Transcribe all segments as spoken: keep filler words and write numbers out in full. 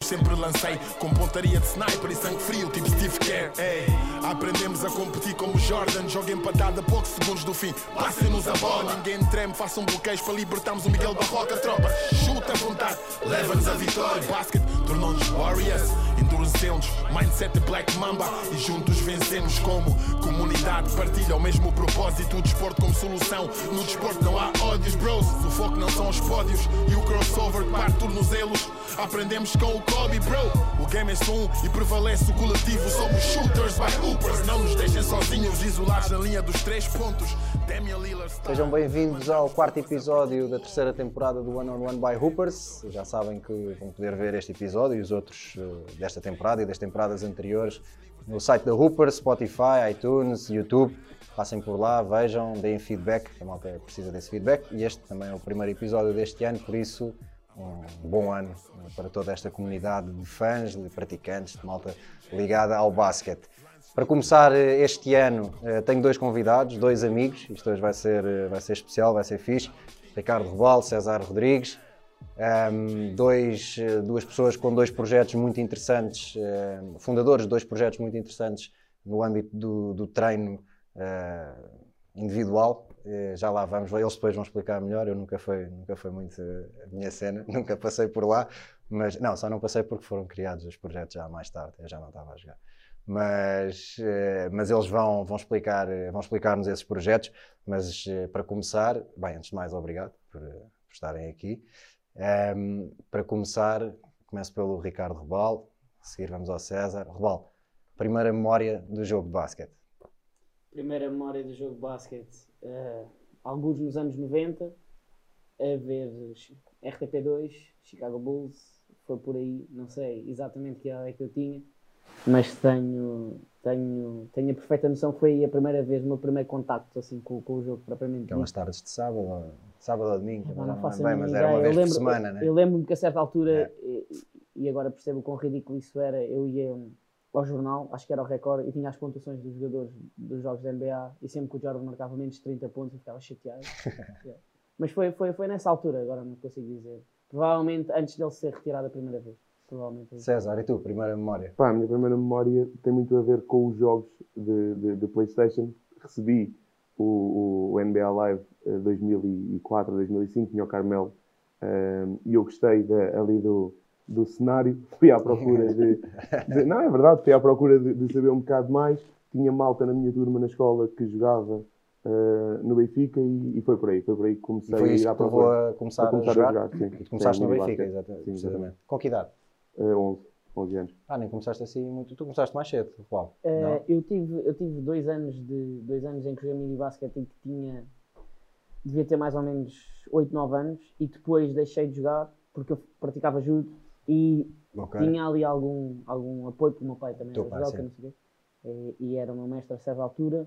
sempre lancei com pontaria de sniper e sangue frio, tipo Steve Kerr. Ei, aprendemos a competir como Jordan, jogo empatado a poucos segundos do fim. Passem-nos a bola, ninguém treme, façam bloqueios para libertarmos o Miguel Barroca. Tropa, chuta à vontade, leva-nos a vitória. Basket tornou-nos Warriors, endurecemos, mindset de Black Mamba e juntos vencemos como comunidade. Partilha o mesmo propósito, o desporto como solução. No desporto não há ódios, bros. O foco não são os pódios e o crossover que parte tornozelos. Aprendemos com o Kobe, bro. O game é só um e prevalece o coletivo. Somos shooters by hoopers. Não nos deixem sozinhos, isolados na linha dos três pontos. Damian Lillard. Sejam bem-vindos ao quarto episódio da terceira temporada do One on One by Hoopers. Já sabem que vão poder ver este episódio e os outros uh, desta temporada e das temporadas anteriores no site da Hoopers, Spotify, iTunes, YouTube. Passem por lá, vejam, deem feedback, a malta precisa desse feedback. E este também é o primeiro episódio deste ano, por isso um bom ano para toda esta comunidade de fãs, de praticantes, de malta ligada ao basquete. Para começar este ano, tenho dois convidados, dois amigos, isto hoje vai ser, vai ser especial, vai ser fixe. Ricardo Robal, César Rodrigues, um, dois, duas pessoas com dois projetos muito interessantes, um, fundadores de dois projetos muito interessantes no âmbito do, do treino uh, individual. Uh, já lá vamos, eles depois vão explicar melhor, eu nunca foi, nunca foi muito a minha cena, nunca passei por lá, mas não, só não passei porque foram criados os projetos já mais tarde, eu já não estava a jogar. Mas, mas eles vão, vão, explicar, vão explicar-nos esses projetos, mas para começar, bem, antes de mais, obrigado por, por estarem aqui. Um, para começar, começo pelo Ricardo Robal, a seguir vamos ao César. Robal, primeira memória do jogo de basquete? Primeira memória do jogo de basquete, uh, alguns nos anos noventa, a ver R T P dois, Chicago Bulls, foi por aí, não sei exatamente que idade é que eu tinha, mas tenho, tenho, tenho a perfeita noção que foi a primeira vez, o meu primeiro contacto assim, com, com o jogo propriamente. Aquelas tardes de sábado, sábado ou domingo, não, não faço bem, mas era uma vez lembro, por semana, né? Eu lembro-me que a certa altura, é. e, e agora percebo quão ridículo isso era, eu ia ao jornal, acho que era o Record, e tinha as pontuações dos jogadores dos jogos da N B A, e sempre que o Jordan marcava menos de trinta pontos eu ficava chateado. yeah. Mas foi, foi, foi nessa altura, agora não consigo dizer. Provavelmente antes dele ser retirado a primeira vez. César, e tu, primeira memória? Pá, a minha primeira memória tem muito a ver com os jogos de, de, de PlayStation. Recebi o, o N B A Live uh, dois mil e quatro, dois mil e cinco, tinha o Carmelo, uh, e eu gostei de, ali do, do cenário. Fui à procura de, de... Não, é verdade, fui à procura de, de saber um bocado mais. Tinha malta na minha turma na escola que jogava uh, no Benfica e, e foi por aí. Foi por aí que comecei a ir à procura. A começar a, começar a jogar? A jogar sim. E tu começaste sim, no Benfica, exatamente. Sim, exatamente. Com que idade? Uh, onze anos. Ah, nem começaste assim muito. Tu começaste mais cedo, Paulo? Uh, eu tive, eu tive dois anos de dois anos em que joguei mini basquete e que tinha devia ter mais ou menos oito, nove anos e depois deixei de jogar porque eu praticava judo e okay. tinha ali algum, algum apoio porque o meu pai também era judoca, não sei o quê, e, e era o meu mestre a certa altura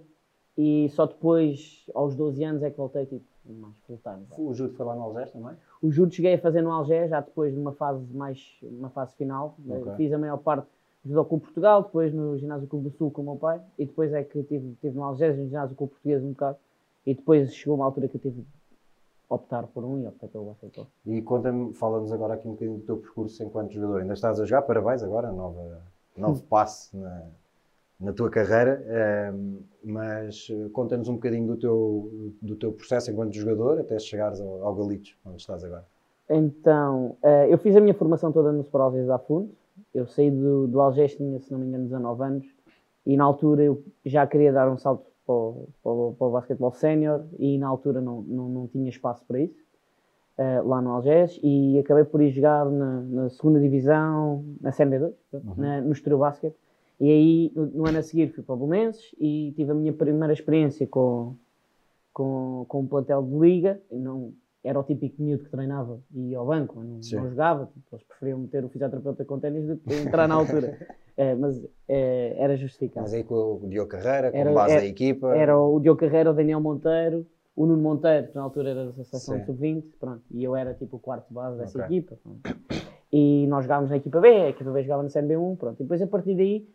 e só depois aos doze anos é que voltei tipo mais full time. O judo foi lá no Algés também? O judo cheguei a fazer no Algés, já depois de uma fase mais, uma fase final. Okay. Fiz a maior parte do Judo Clube Portugal, depois no Ginásio Clube do Sul com o meu pai, e depois é que tive, tive no Algés, no Ginásio Clube Português um bocado, e depois chegou uma altura que eu tive de optar por um e optei pelo basquetebol. E conta-me, fala-nos agora aqui um bocadinho do teu percurso enquanto jogador. Ainda estás a jogar, parabéns agora, nova, novo passo na, na tua carreira, um, mas conta-nos um bocadinho do teu, do teu processo enquanto jogador até chegares ao, ao Galitos, onde estás agora. Então, uh, eu fiz a minha formação toda no Sport Algés da Fundo. Eu saí do, do Algés, tinha, se não me engano, dezanove anos, e na altura eu já queria dar um salto para o, para o, para o basquetebol sénior, e na altura não, não, não tinha espaço para isso, uh, lá no Algés, e acabei por ir jogar na, na segunda divisão, na C N B dois, uhum. na, no Estoril Basket. E aí, no ano a seguir, fui para o Belenenses e tive a minha primeira experiência com, com, com um plantel de liga. Não, era o típico miúdo que treinava e ia ao banco, mas não, não jogava. Eles preferiam meter o fisioterapeuta com ténis do que entrar na altura. é, mas é, era justificado. Mas aí com o Diogo Carreira, com era, base era, da equipa? Era o Diogo Carreira, o Daniel Monteiro, o Nuno Monteiro, que na altura era da seleção sub vinte, pronto, e eu era tipo o quarto base dessa okay. equipa. Pronto. E nós jogávamos na equipa B, a equipa B jogava na C N B um, pronto. E depois a partir daí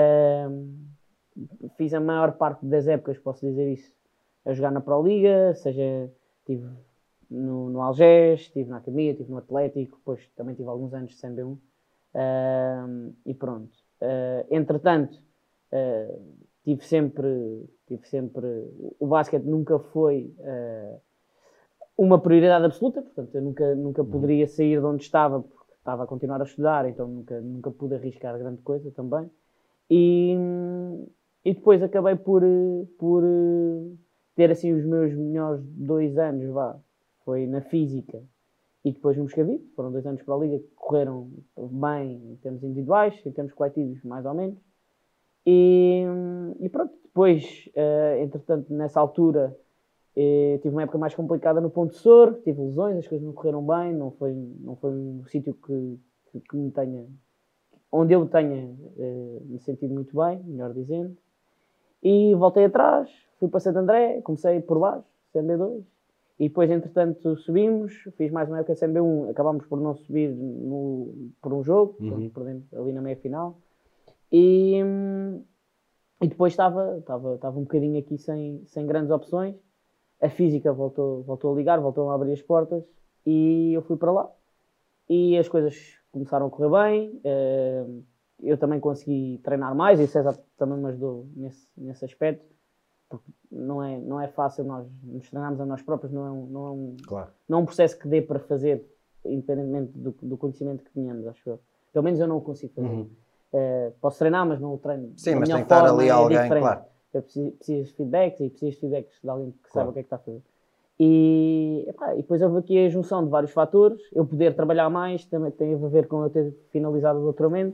uh, fiz a maior parte das épocas, posso dizer isso, a jogar na Pro Liga, seja, estive no, no Algés, estive na Academia, estive no Atlético, depois também tive alguns anos de C N B um. Uh, e pronto. Uh, entretanto, uh, tive sempre, tive sempre... O basquete nunca foi uh, uma prioridade absoluta, portanto, eu nunca, nunca poderia sair de onde estava, porque estava a continuar a estudar, então nunca, nunca pude arriscar grande coisa também. E, e depois acabei por, por ter assim os meus melhores dois anos, vá, foi na física e depois no Moscavide. Foram dois anos para a Liga que correram bem em termos individuais, em termos coletivos mais ou menos. E, e pronto, depois, uh, entretanto, nessa altura, uh, tive uma época mais complicada no Ponte Sor, tive lesões, as coisas não correram bem, não foi, não foi um sítio que, que, que me tenha, onde eu tenha uh, me sentido muito bem, melhor dizendo. E voltei atrás, fui para Santo André, comecei por baixo, C M B dois, e depois, entretanto, subimos, fiz mais uma época C M B um, acabámos por não subir no, por um jogo, uhum. Perdemos ali na meia-final. E, e depois estava, estava, estava um bocadinho aqui sem, sem grandes opções. A física voltou, voltou a ligar, voltou a abrir as portas e eu fui para lá. E as coisas começaram a correr bem. Eu também consegui treinar mais e o César também me ajudou nesse, nesse aspecto. Porque não é, não é fácil nós nos treinarmos a nós próprios, não é um, não é um, claro. Não é um processo que dê para fazer, independentemente do, do conhecimento que tenhamos, acho eu. Pelo menos eu não o consigo fazer. Uhum. Uh, posso treinar, mas não o treino. Sim, mas tem que estar ali é alguém, diferente. Claro. Eu preciso, preciso de feedbacks e preciso de feedbacks de alguém que claro. Saiba o que é que está a fazer. E, epá, e depois houve aqui a junção de vários fatores. Eu poder trabalhar mais também tem a ver com eu ter finalizado o doutoramento.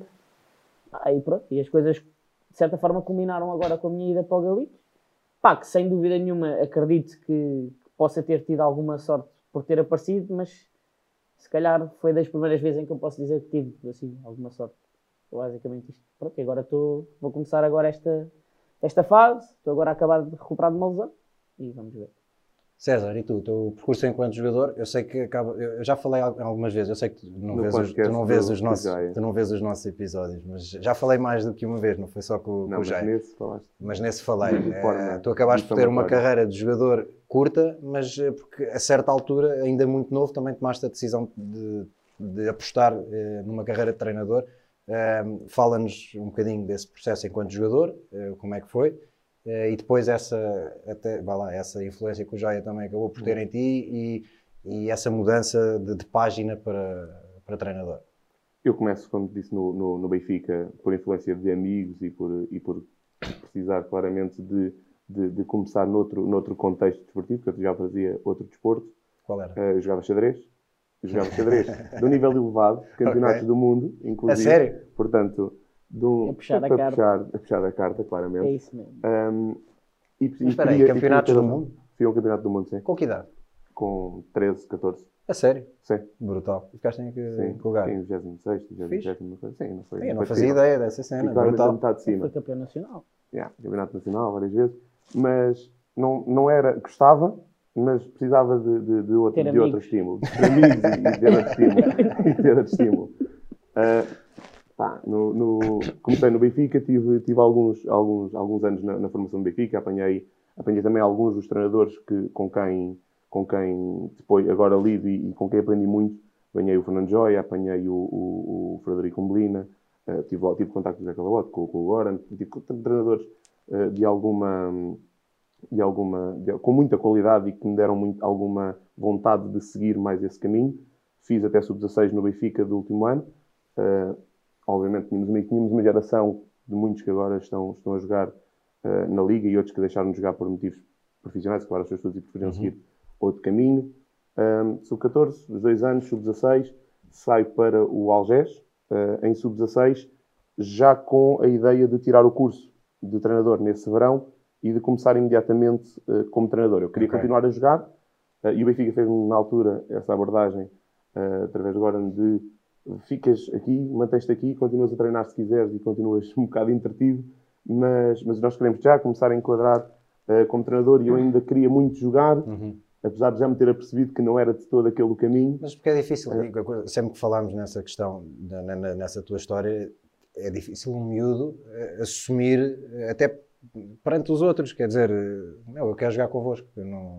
Ah, e pronto, e as coisas de certa forma culminaram agora com a minha ida para o Galito. Pá, que sem dúvida nenhuma acredito que, que possa ter tido alguma sorte por ter aparecido, mas se calhar foi das primeiras vezes em que eu posso dizer que tive assim, alguma sorte. Basicamente isto. Pronto, e agora estou, vou começar agora esta, esta fase, estou agora a acabar de recuperar de uma lesão e vamos ver. César, e tu, o teu percurso enquanto jogador, eu sei que acaba, eu já falei algumas vezes, eu sei que tu não, vês os, tu não, vês, os nossos, tu não vês os nossos episódios, mas já falei mais do que uma vez, não foi só com, não, com o Jair. Nesse falaste. Mas nesse falei. É, tu acabaste por ter uma carreira de jogador curta, mas porque a certa altura, ainda muito novo, também tomaste a decisão de, de apostar eh, numa carreira de treinador. Uh, fala-nos um bocadinho desse processo enquanto jogador, uh, como é que foi, uh, e depois essa, até, vai lá, essa influência que o Jair também acabou por ter em ti e, e essa mudança de, de página para, para treinador. Eu começo, como disse, no, no, no Benfica, por influência de amigos e por, e por precisar claramente de, de, de começar noutro, noutro contexto desportivo, porque eu já fazia outro desporto. Qual era? Uh, eu jogava xadrez. Jogava xadrez de um nível elevado, campeonatos okay. do mundo, inclusive. A sério? Portanto, de um, a puxar a para carta. Puxar, a puxar a carta, claramente. É isso mesmo. Um, e, Mas espera aí, campeonatos do mundo? Fui um campeonato do mundo, sim. Com que idade? Com treze, catorze. A sério? Sim. Brutal. E ficaste em que sim. lugar? Em vigésimo sexto, vigésimo sétimo, sim, não foi. Eu não fazia ideia dessa cena, brutal. Metade de cima. Foi campeão nacional. Yeah, campeonato nacional, várias vezes. Mas não, não era, gostava, mas precisava de, de, de, outro, de outro estímulo. De amigos e, e ter outro estímulo. e ter outro estímulo. Uh, pá, no, no, comecei no Benfica, tive, tive alguns, alguns, alguns anos na, na formação do Benfica, apanhei, apanhei também alguns dos treinadores que, com, quem, com quem depois agora lido e, e com quem aprendi muito. Apanhei o Fernando Joia, apanhei o, o, o Frederico Umbelina, uh, tive, tive contacto com o Zé Calabote, com, com o Goran, tive treinadores uh, de alguma... De alguma, de, com muita qualidade e que me deram muito, alguma vontade de seguir mais esse caminho. Fiz até sub dezasseis no Benfica do último ano. Uh, obviamente tínhamos uma, tínhamos uma geração de muitos que agora estão, estão a jogar uh, na Liga e outros que deixaram de jogar por motivos profissionais, que agora os seus estudos e preferiram uhum. seguir outro caminho. Um, sub catorze, os dois anos, sub dezasseis, saio para o Algés, uh, em sub dezasseis, já com a ideia de tirar o curso de treinador nesse verão e de começar imediatamente uh, como treinador. Eu queria okay. continuar a jogar uh, e o Benfica fez-me na altura essa abordagem uh, através do Goran de ficas aqui, mantens-te aqui, continuas a treinar se quiseres e continuas um bocado entretido, mas, mas nós queremos já começar a enquadrar uh, como treinador e eu ainda queria muito jogar, uhum. apesar de já me ter apercebido que não era de todo aquele o caminho. Mas porque é difícil, uh, sempre que falámos nessa questão, nessa tua história, é difícil um miúdo uh, assumir, uh, até perante os outros, quer dizer, não, eu quero jogar convosco, eu não,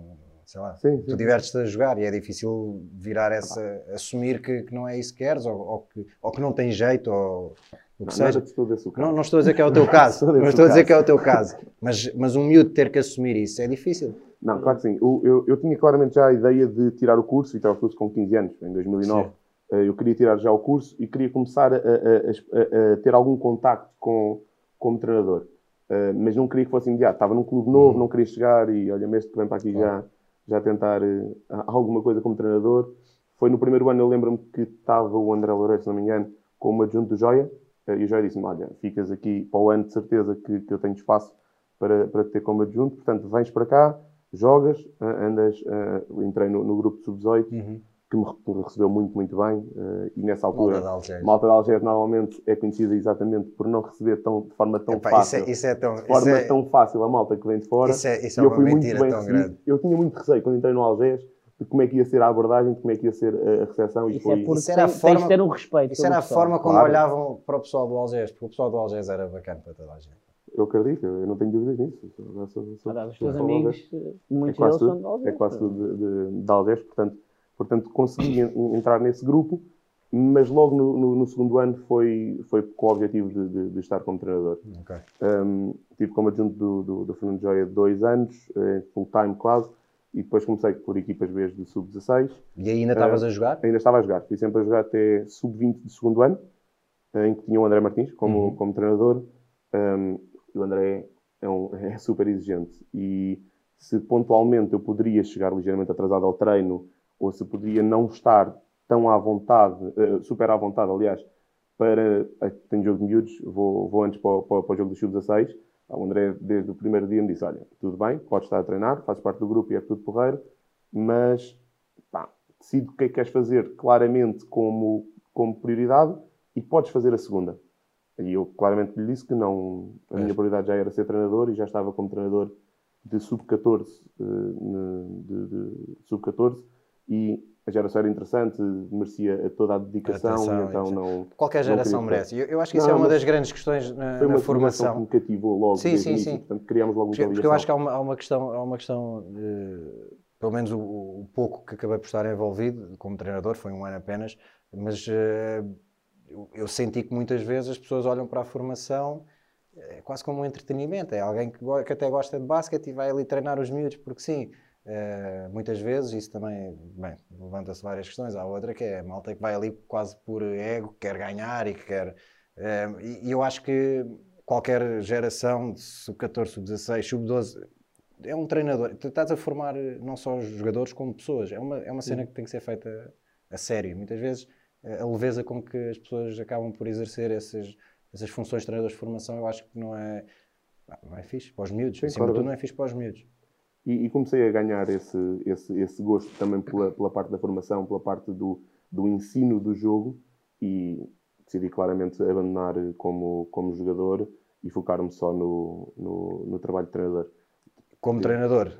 sei lá. Sim, Tu sim. divertes-te a jogar e é difícil virar essa, assumir que, que não é isso que queres, ou, ou, que, ou que não tem jeito, ou o que Não, seja. nada de todo esse o caso. Não, não estou a dizer que é o teu caso, Todo esse não estou a o dizer caso. que é o teu caso, mas, mas um miúdo ter que assumir isso é difícil. Não, claro que sim. Eu, eu, eu tinha claramente já a ideia de tirar o curso, e tirar o curso com quinze anos, em dois mil e nove. Uh, eu queria tirar já o curso e queria começar a, a, a, a ter algum contacto com, como treinador. Uh, mas não queria que fosse imediato. Estava num clube novo, uhum. não queria chegar e, olha, mesmo que vem para aqui claro. já, já tentar uh, alguma coisa como treinador. Foi no primeiro ano, eu lembro-me que estava o André Loureiro, se não me engano, como adjunto do Joia. Uh, e o Joia disse-me, olha, ficas aqui para o ano de certeza que, que eu tenho espaço para, para te ter como adjunto. Portanto, vens para cá, jogas, uh, andas, uh, entrei no, no grupo sub dezoito, uhum. que me recebeu muito, muito bem. Uh, e nessa altura, Malta de Algés, Malta de Algés normalmente é conhecida exatamente por não receber tão, de forma tão Epá, fácil. Isso é, isso é tão, de forma é, tão fácil a malta que vem de fora. Isso é, isso é e eu uma fui mentira muito bem tão recebido. grande. Eu tinha muito receio quando entrei no Algés de como é que ia ser a abordagem, de como é que ia ser a recepção. Isso e foi... é porque isso era a tem, forma, tens de ter um respeito. Isso era a pessoal. forma como Claro. olhavam para o pessoal do Algés, porque o pessoal do Algés era bacana para toda a gente. Eu acredito, eu não tenho dúvidas nisso. Sou, sou, sou, ah, os teus amigos, muitos é deles tudo, são de Algés. É quase tudo de, de, de Algés, portanto, portanto consegui entrar nesse grupo, mas logo no, no, no segundo ano foi, foi com o objetivo de, de, de estar como treinador. Okay. Um, tive como adjunto do, do, do Fernando Joia dois anos, eh, full time quase, e depois comecei por equipas B de sub dezasseis. E aí ainda estavas uh, a jogar? Ainda estava a jogar. Fui sempre a jogar até sub vinte do segundo ano, em que tinha o André Martins como, uhum. como treinador. Um, e o André é, um, é super exigente. E se pontualmente eu poderia chegar ligeiramente atrasado ao treino, ou se poderia não estar tão à vontade, uh, super à vontade, aliás, para... Uh, tenho jogo de miúdos, vou, vou antes para o, para, para o jogo do sub dezasseis. O André, desde o primeiro dia, me disse, olha, tudo bem, podes estar a treinar, fazes parte do grupo e é tudo porreiro, mas pá, decide o que é que queres fazer claramente como, como prioridade e podes fazer a segunda. E eu claramente lhe disse que não, a é. minha prioridade já era ser treinador e já estava como treinador de sub catorze, de, de sub catorze, e a geração era interessante, merecia toda a dedicação, Atenção, e então isso. não... Qualquer geração não merece. Eu, eu acho que isso não, é uma das grandes questões na, na formação. Que me cativou logo, sim, sim, início, sim. Portanto, criámos logo porque, uma porque eu acho que há uma, há uma questão, há uma questão de, pelo menos o, o pouco que acabei por estar envolvido como treinador, foi um ano apenas, mas uh, eu, eu senti que muitas vezes as pessoas olham para a formação é quase como um entretenimento. É alguém que, que até gosta de basquete e vai ali treinar os miúdos, porque sim. Uh, muitas vezes isso também, bem, levanta-se várias questões. Há outra que é a malta que vai ali quase por ego, que quer ganhar e que quer... Uh, e, e eu acho que qualquer geração de sub catorze, sub dezasseis, sub doze é um treinador. Tu estás a formar não só jogadores como pessoas. É uma, é uma cena que tem que ser feita a sério. Muitas vezes a leveza com que as pessoas acabam por exercer essas, essas funções de treinadores de formação, eu acho que não é, não é fixe para os miúdos. Acima de tudo, não é fixe para os miúdos. E, e comecei a ganhar esse, esse, esse gosto também pela, pela parte da formação, pela parte do, do ensino do jogo, e decidi claramente abandonar como, como jogador e focar-me só no, no, no trabalho de treinador. Como treinador,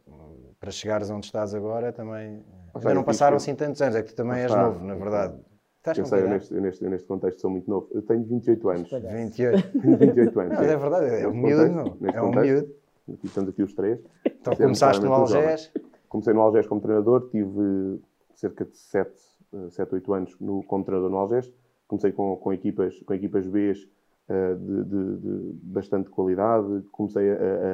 para chegares onde estás agora, também... Ainda não passaram assim tantos anos, é que tu também és novo, na verdade. Estás eu sei, eu neste, eu, neste, eu neste contexto sou muito novo. Eu tenho vinte e oito anos. vinte e oito? Tenho vinte e oito anos. Não, é verdade, é um miúdo, não. É um miúdo. Aqui estamos aqui os três. Então começaste no Algés? Comecei no Algés como treinador, tive cerca de sete, oito anos no, como treinador no Algés. Comecei com, com, equipas, com equipas B uh, de, de, de bastante qualidade. Comecei a,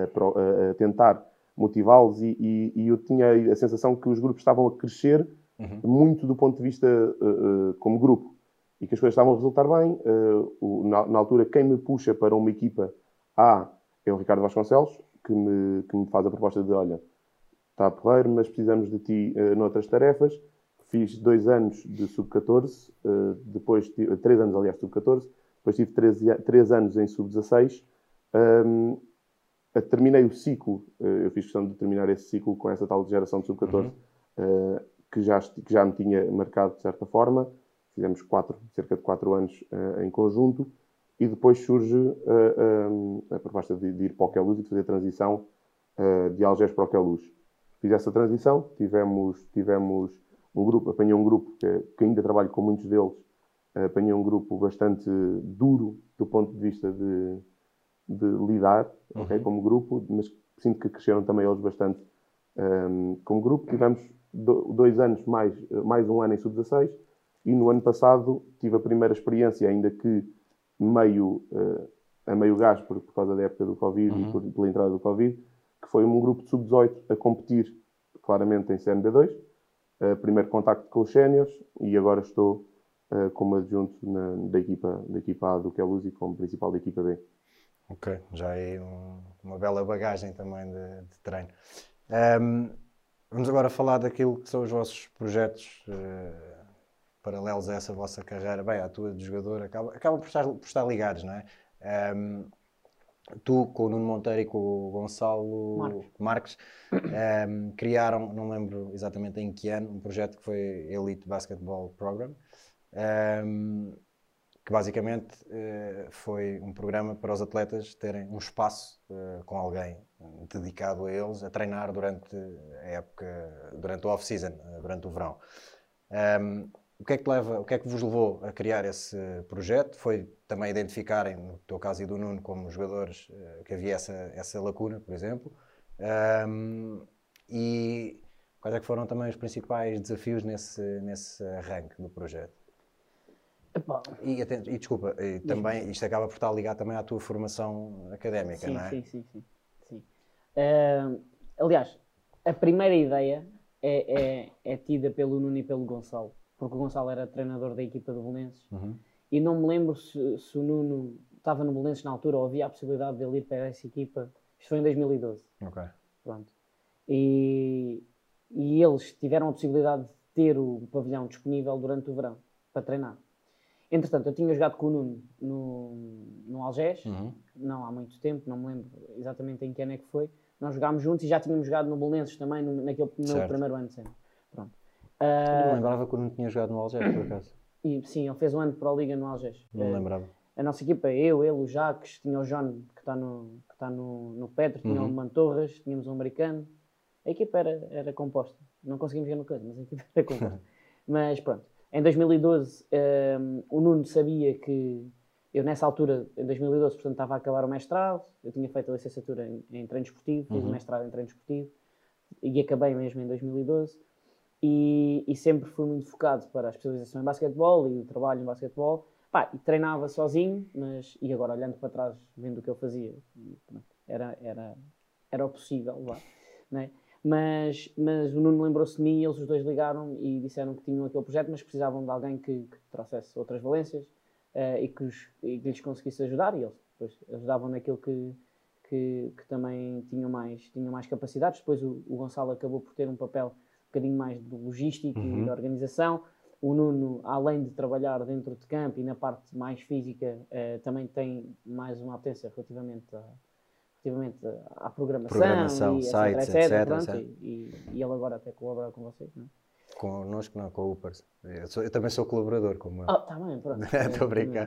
a, a tentar motivá-los e, e, e eu tinha a sensação que os grupos estavam a crescer uhum. muito do ponto de vista uh, uh, como grupo e que as coisas estavam a resultar bem. Uh, o, na, na altura, quem me puxa para uma equipa A é o Ricardo Vasconcelos, que me, que me faz a proposta de, olha, está porreiro, mas precisamos de ti uh, noutras tarefas. Fiz dois anos de sub catorze, uh, depois tive, três anos, aliás, de sub catorze, depois tive treze, três anos em sub dezasseis. Um, terminei o ciclo, uh, eu fiz questão de terminar esse ciclo com essa tal geração de sub catorze, uhum. uh, que, já, que já me tinha marcado de certa forma. Fizemos quatro, cerca de quatro anos uh, em conjunto. E depois surge uh, um, a proposta de, de ir para o Queluz e de fazer a transição uh, de Algés para o Queluz. Fiz essa transição, tivemos, tivemos um grupo, apanhei um grupo que, que ainda trabalho com muitos deles, uh, apanhei um grupo bastante duro do ponto de vista de, de lidar, uhum. okay, como grupo, mas sinto que cresceram também eles bastante Um, como grupo tivemos do, dois anos mais, mais um ano em sub dezasseis e no ano passado tive a primeira experiência, ainda que meio, uh, a meio gás por, por causa da época do Covid, uhum, e por, pela entrada do Covid, que foi um grupo de sub dezoito a competir claramente em C N B dois, uh, primeiro contacto com os séniores e agora estou uh, como adjunto na, da, equipa, da equipa A do Queluz e como principal da equipa B. Ok, já é um, uma bela bagagem também de, de treino. Um, vamos agora falar daquilo que são os vossos projetos uh, paralelos a essa vossa carreira. Bem, a tua de jogador acaba, acabam por estar, por estar ligados, não é? Um, tu, com o Nuno Monteiro e com o Gonçalo Marques, Marques um, criaram, não lembro exatamente em que ano, um projeto que foi Elite Basketball Program. Um, que basicamente uh, foi um programa para os atletas terem um espaço uh, com alguém dedicado a eles, a treinar durante a época, durante o off-season, uh, durante o verão. Um, o que é que leva, o que é que vos levou a criar esse projeto? Foi também identificarem, no teu caso e do Nuno, como jogadores, uh, que havia essa, essa lacuna, por exemplo. Um, e quais é que foram também os principais desafios nesse, nesse arranque do projeto? E, e desculpa, e também, isto acaba por estar ligado também à tua formação académica, sim, não é? Sim, sim, sim. sim. Uh, aliás, a primeira ideia é, é, é tida pelo Nuno e pelo Gonçalo, porque o Gonçalo era treinador da equipa do Belenenses, uhum, e não me lembro se, se o Nuno estava no Belenenses na altura ou havia a possibilidade de ele ir para essa equipa. Isto foi em dois mil e doze. Ok. Pronto. E, e eles tiveram a possibilidade de ter o pavilhão disponível durante o verão para treinar. Entretanto, eu tinha jogado com o Nuno no, no Algés, uhum, não há muito tempo, não me lembro exatamente em que ano é que foi. Nós jogámos juntos e já tínhamos jogado no Belenenses também, no, naquele meu primeiro ano de sempre. Pronto. Uh, eu não lembrava que o Nuno tinha jogado no Algés, por acaso. E, sim, ele fez um ano de Pro-Liga no Algés. Não me lembrava. A nossa equipa, eu, ele, o Jacques, tinha o John que está no, que está no, no Petro, tinha uhum, o Mantorras, tínhamos um americano. A equipa era, era composta. Não conseguimos ver no coisa, mas a equipa era composta. Mas pronto. Em dois mil e doze, um, o Nuno sabia que eu, nessa altura, em dois mil e doze, portanto, estava a acabar o mestrado, eu tinha feito a licenciatura em, em treino esportivo, fiz uhum, o mestrado em treino esportivo, e acabei mesmo em dois mil e doze, e, e sempre fui muito focado para a especialização em basquetebol e o trabalho em basquetebol. Pá, e treinava sozinho, mas, e agora olhando para trás, vendo o que eu fazia, era, era, era o possível, lá, né? Mas, mas o Nuno lembrou-se de mim e eles os dois ligaram e disseram que tinham aquele projeto, mas precisavam de alguém que, que trouxesse outras valências uh, e, que os, e que lhes conseguisse ajudar, e eles depois ajudavam naquilo que, que, que também tinham mais, tinham mais capacidades. Depois o, o Gonçalo acabou por ter um papel um bocadinho mais de logística uhum, e de organização. O Nuno, além de trabalhar dentro de campo e na parte mais física, uh, também tem mais uma apetência relativamente a relativamente à programação, programação e sites, etc, etc, etc, pronto, etcétera. E, e ele agora até colabora com vocês, não é? Connosco não, com o Hoopers. Eu, sou, eu também sou colaborador, como eu. Ah, tá bem, pronto. Estou a brincar.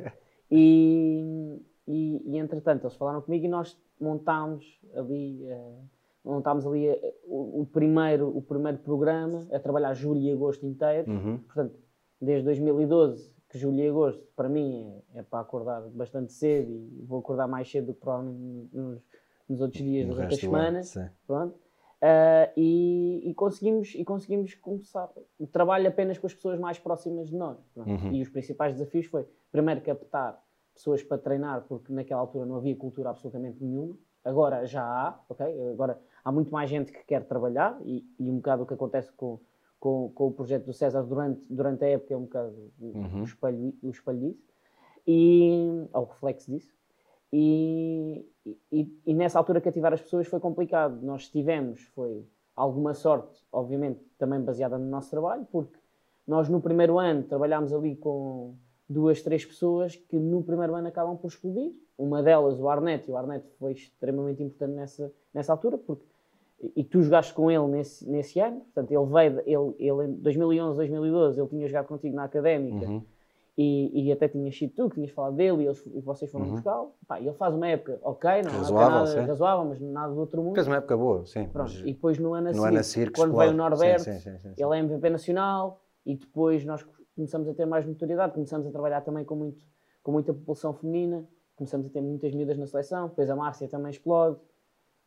E, e, e entretanto eles falaram comigo e nós montámos ali, uh, montámos ali uh, o, o, primeiro, o primeiro programa a trabalhar julho e agosto inteiro, uhum, portanto, desde dois mil e doze, que julho e agosto, para mim, é, é para acordar bastante cedo e vou acordar mais cedo do que provavelmente nos, nos outros dias das outras semanas. Pronto. Uh, e, e, conseguimos, e conseguimos começar o trabalho apenas com as pessoas mais próximas de nós. Uhum. E os principais desafios foi, primeiro, captar pessoas para treinar, porque naquela altura não havia cultura absolutamente nenhuma. Agora já há, ok? Agora há muito mais gente que quer trabalhar e, e um bocado o que acontece com Com, com o projeto do César durante, durante a época é um bocado uhum, o, espelho, o espelho disso, e, ou o reflexo disso, e, e, e nessa altura cativar as pessoas foi complicado. Nós tivemos, foi alguma sorte, obviamente também baseada no nosso trabalho, porque nós no primeiro ano trabalhámos ali com duas, três pessoas que no primeiro ano acabam por explodir. Uma delas, o Arnett, e o Arnett foi extremamente importante nessa, nessa altura, porque e tu jogaste com ele nesse, nesse ano, portanto, ele veio, ele, ele em dois mil e onze, dois mil e doze, ele tinha jogado contigo na Académica, uhum, e, e até tinhas sido tu que tinhas falado dele e, eles, e vocês foram uhum, buscá-lo. Pá, ele faz uma época, ok, não razoável, é nada sim, razoável, mas nada do outro mundo. Fez uma época boa, sim. Pronto, mas... E depois no ano a no ano seguir, a quando explode. veio o Norberto, sim, sim, sim, sim, sim. ele é M V P nacional, e depois nós começamos a ter mais notoriedade, começamos a trabalhar também com, muito, com muita população feminina, começamos a ter muitas miúdas na seleção, depois a Márcia também explode.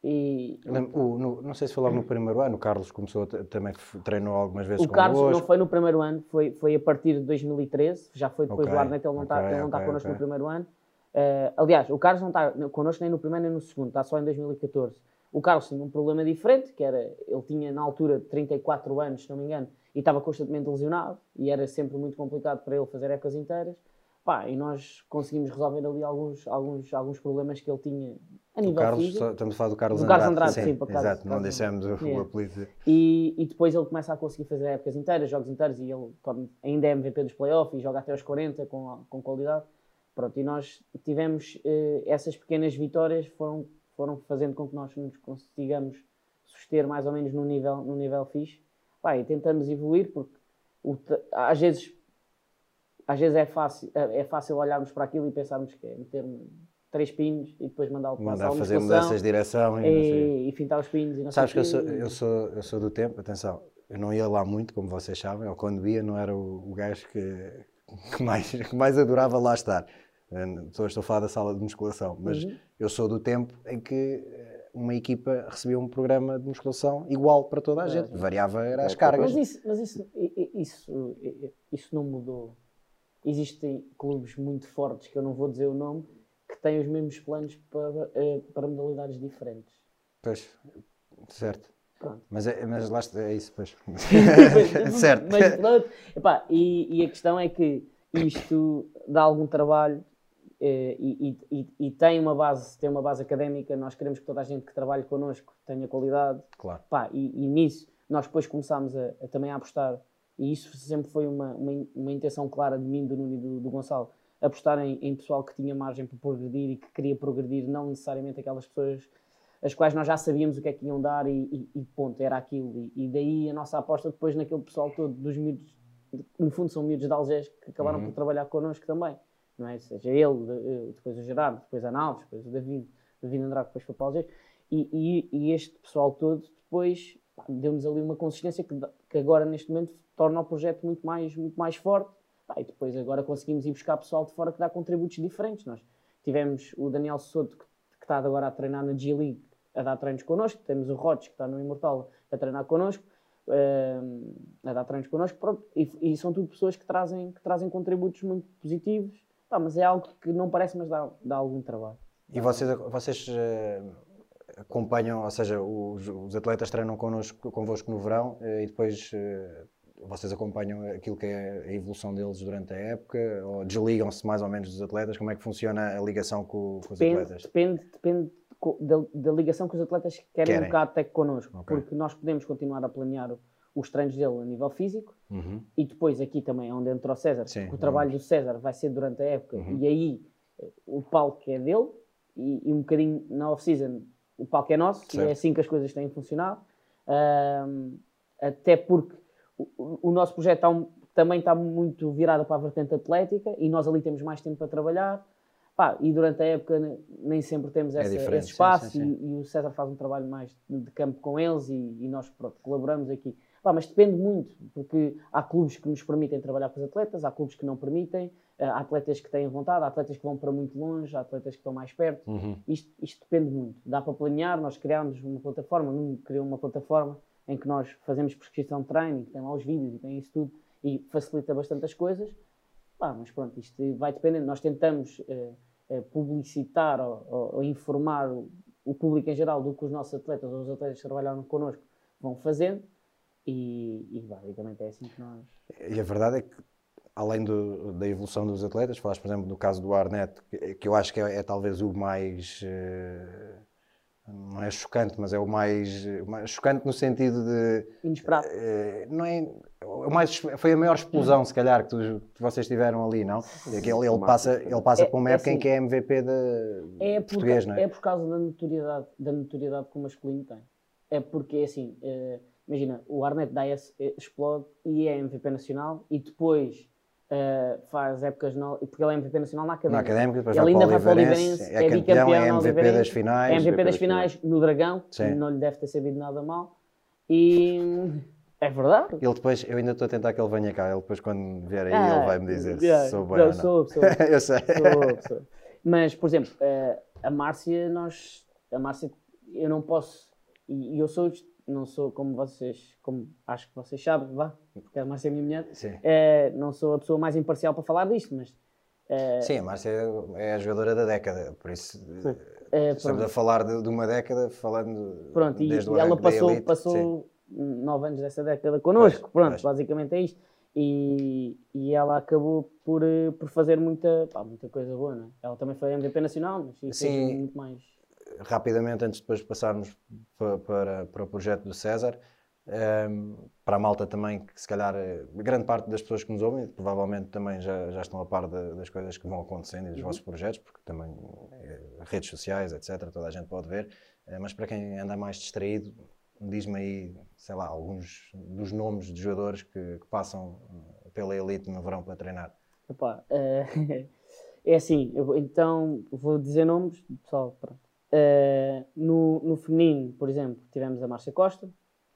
E O, no, não sei se foi logo no primeiro ano, o Carlos começou, também treinou algumas vezes o Carlos convosco. não foi no primeiro ano, foi, foi a partir de dois mil e treze, já foi depois Okay, do Arnett, ele não está okay, ele não está okay, connosco okay. no primeiro ano. Uh, aliás, o Carlos não está connosco nem no primeiro nem no segundo, está só em dois mil e catorze. O Carlos tinha um problema diferente, que era, ele tinha na altura trinta e quatro anos, se não me engano, e estava constantemente lesionado, e era sempre muito complicado para ele fazer épocas inteiras. Pá, e nós conseguimos resolver ali alguns, alguns, alguns problemas que ele tinha a nível o Carlos, físico. estamos a falar do Carlos do Andrade. Carlos Andrade, sim, sim, para Carlos, exato, não Carlos deixamos o, é. o apelido. E, e depois ele começa a conseguir fazer épocas inteiras, jogos inteiros, e ele ainda é M V P dos playoffs e joga até aos quarenta com, com qualidade. Pronto, e nós tivemos eh, essas pequenas vitórias foram, foram fazendo com que nós nos consigamos suster mais ou menos no nível, no nível fixe. Pá, e tentamos evoluir, porque o, às vezes às vezes é fácil, é fácil olharmos para aquilo e pensarmos que é meter três pinos e depois mandar o Mandar fazer mudanças de direção e, e, e fintar os pinos. E não Sabes que sei eu sou, eu, sou, eu sou do tempo, atenção, eu não ia lá muito, como vocês sabem, ou quando ia não era o, o gajo que, que, mais, que mais adorava lá estar. Estou, estou a falar da sala de musculação, mas uhum. eu sou do tempo em que uma equipa recebia um programa de musculação igual para toda a gente, é, variava era as cargas. Mas, isso, mas isso, isso, isso não mudou. Existem clubes muito fortes, que eu não vou dizer o nome, que têm os mesmos planos para, para modalidades diferentes. Pois, certo. Pronto. Mas, é, mas lá está, é isso, pois. mas, certo. Mas, pronto, epá, e, e a questão é que isto dá algum trabalho e, e, e, e tem, uma base, tem uma base académica. Nós queremos que toda a gente que trabalhe connosco tenha qualidade. Claro. Epá, e, e nisso nós depois começámos a, a, também a apostar. E isso sempre foi uma, uma, uma intenção clara de mim, do Nuno e do, do Gonçalo, apostar em, em pessoal que tinha margem para progredir e que queria progredir, não necessariamente aquelas pessoas as quais nós já sabíamos o que é que iam dar e, e, e ponto, era aquilo. E, e daí a nossa aposta depois naquele pessoal todo, dos miúdos, no fundo são miúdos de Algés que acabaram uhum. por trabalhar connosco também, não é? Seja ele, depois o Gerardo, depois a Naves, depois o David, o David Andrade, depois foi para Algés. E, e, e este pessoal todo depois deu-nos ali uma consistência que, que agora neste momento torna o projeto muito mais, muito mais forte. Pá, e depois agora conseguimos ir buscar pessoal de fora que dá contributos diferentes. Nós tivemos o Daniel Soto, que, que está agora a treinar na G-League, a dar treinos connosco. Temos o Rodes, que está no Imortal, a treinar connosco, uh, a dar treinos connosco. Pronto. E, e são tudo pessoas que trazem, que trazem contributos muito positivos. Pá, mas é algo que não parece, mas dá, dá algum trabalho. E vocês, vocês uh, acompanham, ou seja, os, os atletas treinam connosco, convosco no verão uh, e depois... Uh, vocês acompanham aquilo que é a evolução deles durante a época ou desligam-se mais ou menos dos atletas? Como é que funciona a ligação com, com os depende, atletas? Depende, depende da, da ligação que os atletas querem, querem. um bocado até connosco, okay. Porque nós podemos continuar a planear os treinos dele a nível físico uhum. e depois aqui também é onde entra o César, Sim, o trabalho vamos. do César vai ser durante a época uhum. e aí o palco é dele e, e um bocadinho na off-season o palco é nosso certo. E é assim que as coisas têm funcionado, um, até porque O, o nosso projeto tá um, também está muito virado para a vertente atlética e nós ali temos mais tempo para trabalhar. Pá, e durante a época nem sempre temos essa, é esse espaço sim, sim, sim. E, e o César faz um trabalho mais de, de campo com eles e, e nós pronto, colaboramos aqui. Pá, mas depende muito, porque há clubes que nos permitem trabalhar com os atletas, há clubes que não permitem, há atletas que têm vontade, há atletas que vão para muito longe, há atletas que estão mais perto. Uhum. Isto, isto depende muito. Dá para planear, nós criámos uma plataforma, não criou uma plataforma em que nós fazemos prescrição de treino, tem lá os vídeos e tem isso tudo, e facilita bastante as coisas. Pá, mas pronto, isto vai dependendo. Nós tentamos uh, uh, publicitar ou, ou, ou informar o, o público em geral do que os nossos atletas ou os atletas que trabalharam connosco vão fazendo, e, e basicamente é assim que nós... E a verdade é que, além do, da evolução dos atletas, falaste, por exemplo, do caso do Arnett, que, que eu acho que é, é talvez o mais... Uh... não é chocante, mas é o mais, o mais chocante no sentido de... Inesperado. Uh, não é, o mais, foi a maior explosão, se calhar, que, tu, que vocês tiveram ali, não? Ele, ele passa, ele passa é, por uma época é assim, em que é M V P de, é português, não é? É por causa da notoriedade, da notoriedade que o masculino tem. É porque, assim, uh, imagina, o Arnett da explode e é M V P nacional e depois... Uh, faz épocas, no... porque ele é M V P nacional na Académica. Na Académica, depois ele vai ainda para o Oliveirense, é, é campeão, é M V P das finais. É M V P das finais no Dragão, Sim. não lhe deve ter sabido nada mal. E é verdade. Ele depois, eu ainda estou a tentar que ele venha cá, ele depois quando vier aí ah, ele vai me dizer yeah, se sou bem eu ou não. Sou, sou. eu sei. Sou, sou. Mas, por exemplo, uh, a Márcia, nós, a Márcia eu não posso, e, e eu sou, não sou como vocês, como acho que vocês sabem, vá, porque a Márcia é a minha mulher, é, não sou a pessoa mais imparcial para falar disto, mas... É, sim, a Márcia é a jogadora da década, por isso é, estamos a falar de, de uma década, falando pronto, desde e, o e ela arranque da passou, elite. passou nove anos dessa década connosco, Pois, pronto, pois. basicamente é isto. E, e ela acabou por, por fazer muita, pá, muita coisa boa, não é? Ela também foi M V P nacional, mas isso Sim. fez muito mais... Rapidamente, antes de depois passarmos para, para, para o projeto do César, um, para a malta também, que se calhar grande parte das pessoas que nos ouvem, provavelmente também já, já estão a par de, das coisas que vão acontecendo e dos uhum. vossos projetos, porque também é, redes sociais, etcétera, toda a gente pode ver, é, mas para quem anda mais distraído, diz-me aí, sei lá, alguns dos nomes de jogadores que, que passam pela elite no verão para treinar. Epá, é, é assim, eu, então vou dizer nomes, pessoal, pronto. Uh, no, no feminino, por exemplo, tivemos a Márcia Costa,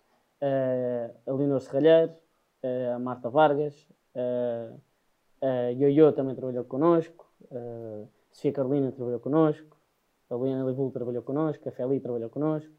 uh, a Leonor Serralheiro, uh, a Marta Vargas, uh, a Ioiô também trabalhou connosco, uh, a Sofia Carolina trabalhou connosco, a Liana Livul trabalhou connosco, a Feli trabalhou connosco,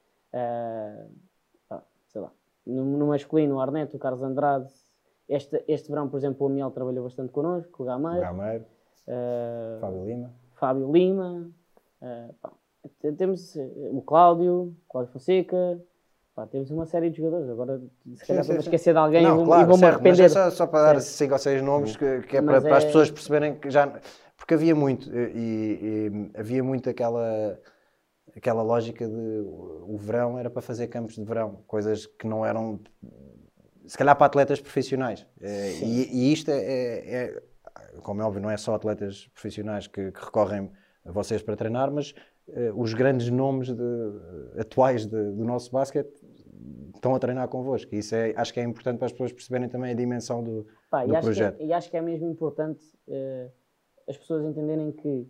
uh, ah, sei lá, no, no masculino o Arneto, o Carlos Andrade, este, este verão, por exemplo, o Amiel trabalhou bastante connosco, o Gameiro, o Gameiro uh, Fábio Lima, Fábio Lima uh, pá, temos o Cláudio, Cláudio Fonseca, pá, temos uma série de jogadores. Agora, se calhar, vou esquecer de alguém não, e claro, vou-me certo, arrepender. Mas é só, só para dar cinco ou seis nomes que, que é para, para é... as pessoas perceberem que já... Porque havia muito, e, e havia muito aquela, aquela lógica de o verão era para fazer campos de verão, coisas que não eram, se calhar, para atletas profissionais. E, e isto é, é, é, como é óbvio, não é só atletas profissionais que, que recorrem a vocês para treinar, mas uh, os grandes nomes de, atuais de, do nosso basquete estão a treinar convosco. E isso é, acho que é importante para as pessoas perceberem também a dimensão do, Pá, do e projeto. Que é, e acho que é mesmo importante uh, as pessoas entenderem que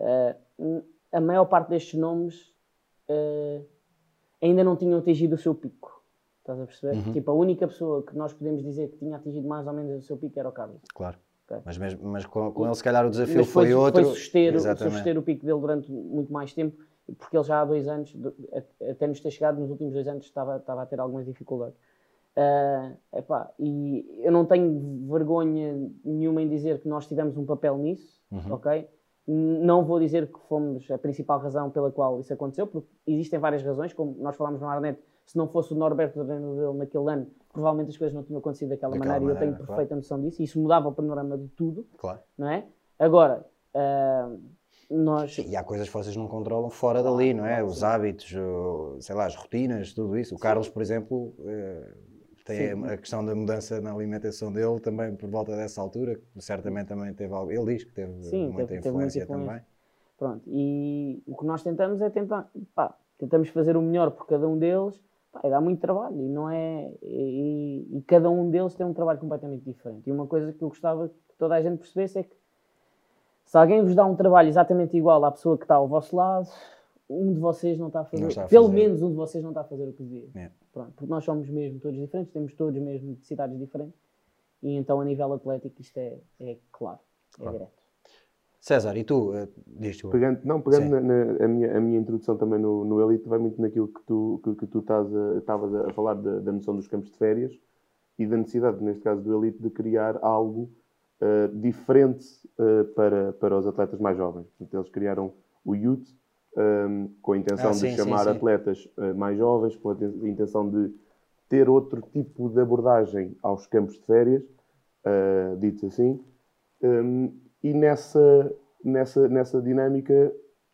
uh, a maior parte destes nomes uh, ainda não tinham atingido o seu pico. Estás a perceber? Uhum. Tipo, a única pessoa que nós podemos dizer que tinha atingido mais ou menos o seu pico era o Carlos. Claro. Okay. Mas, mesmo, mas com, com ele, se calhar, o desafio foi, foi outro. Foi suster, suster o pico dele durante muito mais tempo, porque ele já há dois anos, até nos ter chegado nos últimos dois anos, estava, estava a ter algumas dificuldades. Uh, epá, e eu não tenho vergonha nenhuma em dizer que nós tivemos um papel nisso, uhum. ok? Não vou dizer que fomos a principal razão pela qual isso aconteceu, porque existem várias razões, como nós falámos no Arneto. Se não fosse o Norberto dele naquele ano, provavelmente as coisas não tinham acontecido daquela, daquela maneira, maneira, e eu tenho perfeita claro. noção disso, e isso mudava o panorama de tudo, claro. não é? Agora, uh, nós... Sim, e há coisas que vocês não controlam fora claro, dali, não é? Claro, os sim. hábitos, sei lá, as rotinas, tudo isso. O sim. Carlos, por exemplo, tem sim. a questão da mudança na alimentação dele também por volta dessa altura, que certamente também teve algo, ele diz que teve, sim, muita, teve, influência teve muita influência também. Pronto, e o que nós tentamos é tentar, pá, tentamos fazer o melhor por cada um deles. Pá, dá muito trabalho e não é e, e cada um deles tem um trabalho completamente diferente. E uma coisa que eu gostava que toda a gente percebesse é que se alguém vos dá um trabalho exatamente igual à pessoa que está ao vosso lado, um de vocês não está a fazer, está a pelo fazer. menos um de vocês não está a fazer o que devia. Yeah. Pronto, porque nós somos mesmo todos diferentes, temos todos mesmo necessidades diferentes e então a nível atlético isto é, é claro, claro, é direto. César, e tu? Uh, diz tu. Pegando, não, pegando na, na, a, minha, a minha introdução também no, no Elite, vai muito naquilo que tu, que, que tu estavas a, a falar da, da noção dos campos de férias e da necessidade, neste caso do Elite, de criar algo uh, diferente uh, para, para os atletas mais jovens. Portanto, eles criaram o Youth um, com a intenção ah, sim, de chamar sim, sim. atletas uh, mais jovens, com a, a intenção de ter outro tipo de abordagem aos campos de férias, uh, dito assim. Um, E nessa, nessa, nessa dinâmica,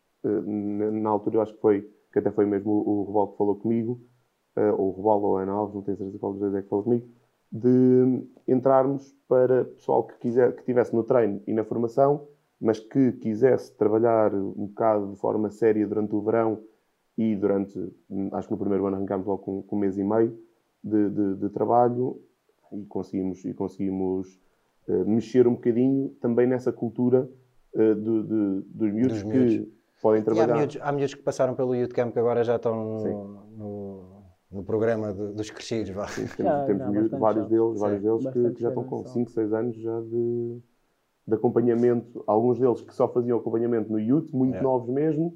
na altura eu acho que foi, que até foi mesmo o Robaldo que falou comigo, ou o Robaldo ou a Ana Alves, não tenho certeza qual dos dois é que falou comigo, de entrarmos para pessoal que, quiser, que estivesse no treino e na formação, mas que quisesse trabalhar um bocado de forma séria durante o verão e durante, acho que no primeiro ano arrancámos logo com, com um mês e meio de, de, de trabalho e conseguimos... E conseguimos Uh, mexer um bocadinho também nessa cultura uh, de, de, dos miúdos que miúdos. podem trabalhar. E há miúdos, há miúdos que passaram pelo Youth Camp que agora já estão no, no, no programa de, dos crescidos. Vá. Sim, temos já, temos já, miúdos, vários deles, vários deles que, que já estão com cinco, seis anos já de, de acompanhamento. Alguns deles que só faziam acompanhamento no Youth, muito é. novos mesmo,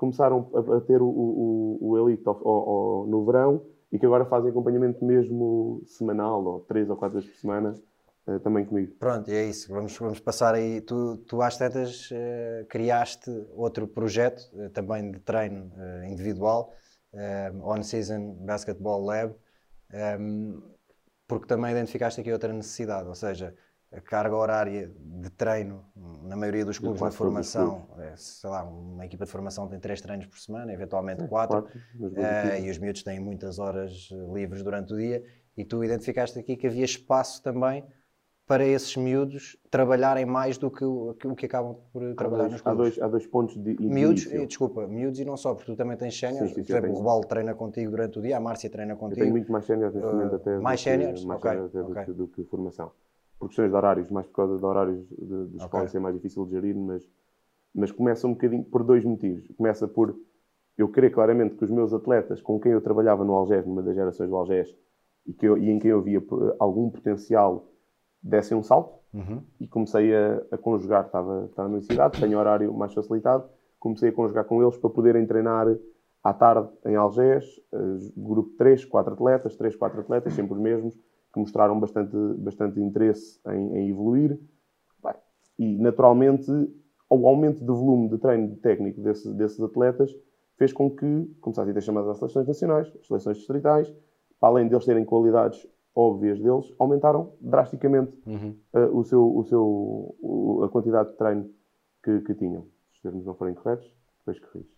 começaram a, a ter o, o, o Elite ao, ao, no verão e que agora fazem acompanhamento mesmo semanal, ou três ou quatro vezes por semana, uh, também comigo. Pronto, e é isso. Vamos, vamos passar aí. Tu, tu às tantas, uh, criaste outro projeto, uh, também de treino uh, individual, uh, On-Season Basketball Lab, um, porque também identificaste aqui outra necessidade, ou seja, a carga horária de treino, na maioria dos clubes, na formação, é, sei lá, uma equipa de formação tem três treinos por semana, eventualmente é, quatro, quatro uh, e os miúdos têm muitas horas livres durante o dia, e tu identificaste aqui que havia espaço também para esses miúdos trabalharem mais do que o, o que acabam por há trabalhar dois, nos clubes. Há dois, há dois pontos de miúdos, e, desculpa, miúdos e não só, porque tu também tens séniores, por exemplo, tenho... o Rebalo treina contigo durante o dia, a Márcia treina contigo. Eu tenho muito mais séniores neste momento, uh, até mais séniores, mais okay, até okay. do, que, do que formação. Por questões de horários, mais por causa de horários de, de escola, okay. Ser mais difícil de gerir, mas, mas começa um bocadinho por dois motivos. Começa por eu querer claramente que os meus atletas, com quem eu trabalhava no Algés, numa das gerações do Algés, e, que eu, e em quem eu via algum potencial, dessem um salto. Uhum. E comecei a, a conjugar, estava, estava na universidade, tenho horário mais facilitado, comecei a conjugar com eles para poderem treinar à tarde em Algés, uh, grupo de três, quatro atletas, três, quatro atletas, sempre os mesmos, que mostraram bastante, bastante interesse em, em evoluir. Bem, e, naturalmente, o aumento de volume de treino técnico desses, desses atletas fez com que começassem a ter chamadas às seleções nacionais, às seleções distritais, para além deles terem qualidades óbvias deles, aumentaram drasticamente uhum. uh, o seu, o seu, o, a quantidade de treino que, que tinham. Se os termos não forem corretos, depois corrijo.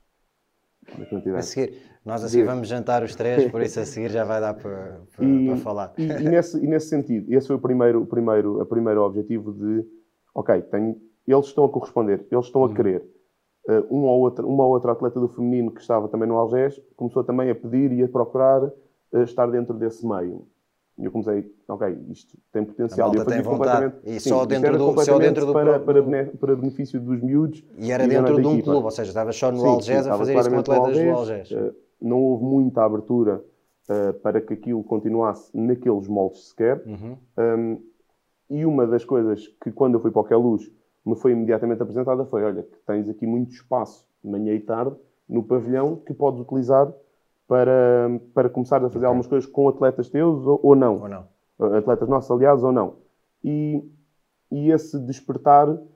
A seguir, nós a seguir vamos jantar os três, por isso a seguir já vai dar para, para, e, para falar. E, e, nesse, e nesse sentido, esse foi o primeiro, o primeiro, o primeiro objetivo de, ok, tenho, eles estão a corresponder, eles estão a uhum. querer. Uh, um ou outro, uma ou outra atleta do feminino que estava também no Algés começou também a pedir e a procurar uh, estar dentro desse meio. E eu comecei, ok, isto tem potencial. A malta eu fazia tem vontade. E sim, só dentro do, só dentro do para, do... para, para benefício dos miúdos. E era dentro de um equipa. Clube, ou seja, estava só no sim, Algés sim, a fazer isso com atletas do Algés. Uh, não houve muita abertura uh, para que aquilo continuasse naqueles moldes sequer. Uhum. Um, e uma das coisas que, quando eu fui para o Queluz, me foi imediatamente apresentada foi, olha, que tens aqui muito espaço, manhã e tarde, no pavilhão, que podes utilizar para, para começar a fazer okay. algumas coisas com atletas teus ou, ou não. Ou não. Atletas nossos, aliás, ou não. E, e esse despertar uh,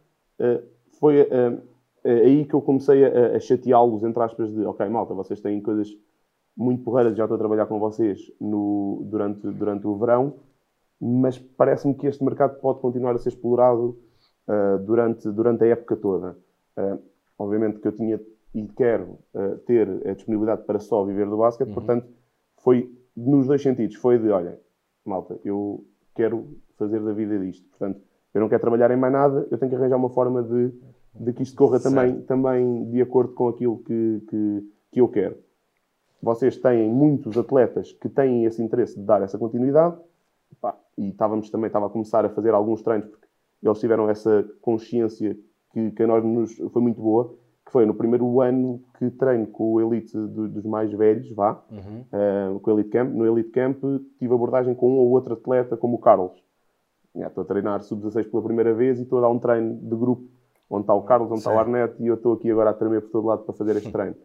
foi uh, aí que eu comecei a, a chateá-los, entre aspas, de ok, malta, vocês têm coisas muito porreiras, já estou a trabalhar com vocês no, durante, durante o verão, mas parece-me que este mercado pode continuar a ser explorado uh, durante, durante a época toda. Uh, obviamente que eu tinha e quero uh, ter a disponibilidade para só viver do basquete, uhum. portanto, foi nos dois sentidos. Foi de, olha, malta, eu quero fazer da vida disto. Portanto, eu não quero trabalhar em mais nada, eu tenho que arranjar uma forma de, de que isto corra também, também de acordo com aquilo que, que, que eu quero. Vocês têm muitos atletas que têm esse interesse de dar essa continuidade, pá, e estávamos também, estava a começar a fazer alguns treinos, porque eles tiveram essa consciência que, que a nós nos foi muito boa, que foi no primeiro ano que treino com o Elite do, dos mais velhos, vá, uhum. uh, com o Elite Camp. No Elite Camp tive abordagem com um ou outro atleta, como o Carlos. Yeah, estou a treinar sub dezasseis pela primeira vez e estou a dar um treino de grupo, onde está o Carlos, onde Sim. está o Arnett, e eu estou aqui agora a tremer por todo lado para fazer este treino.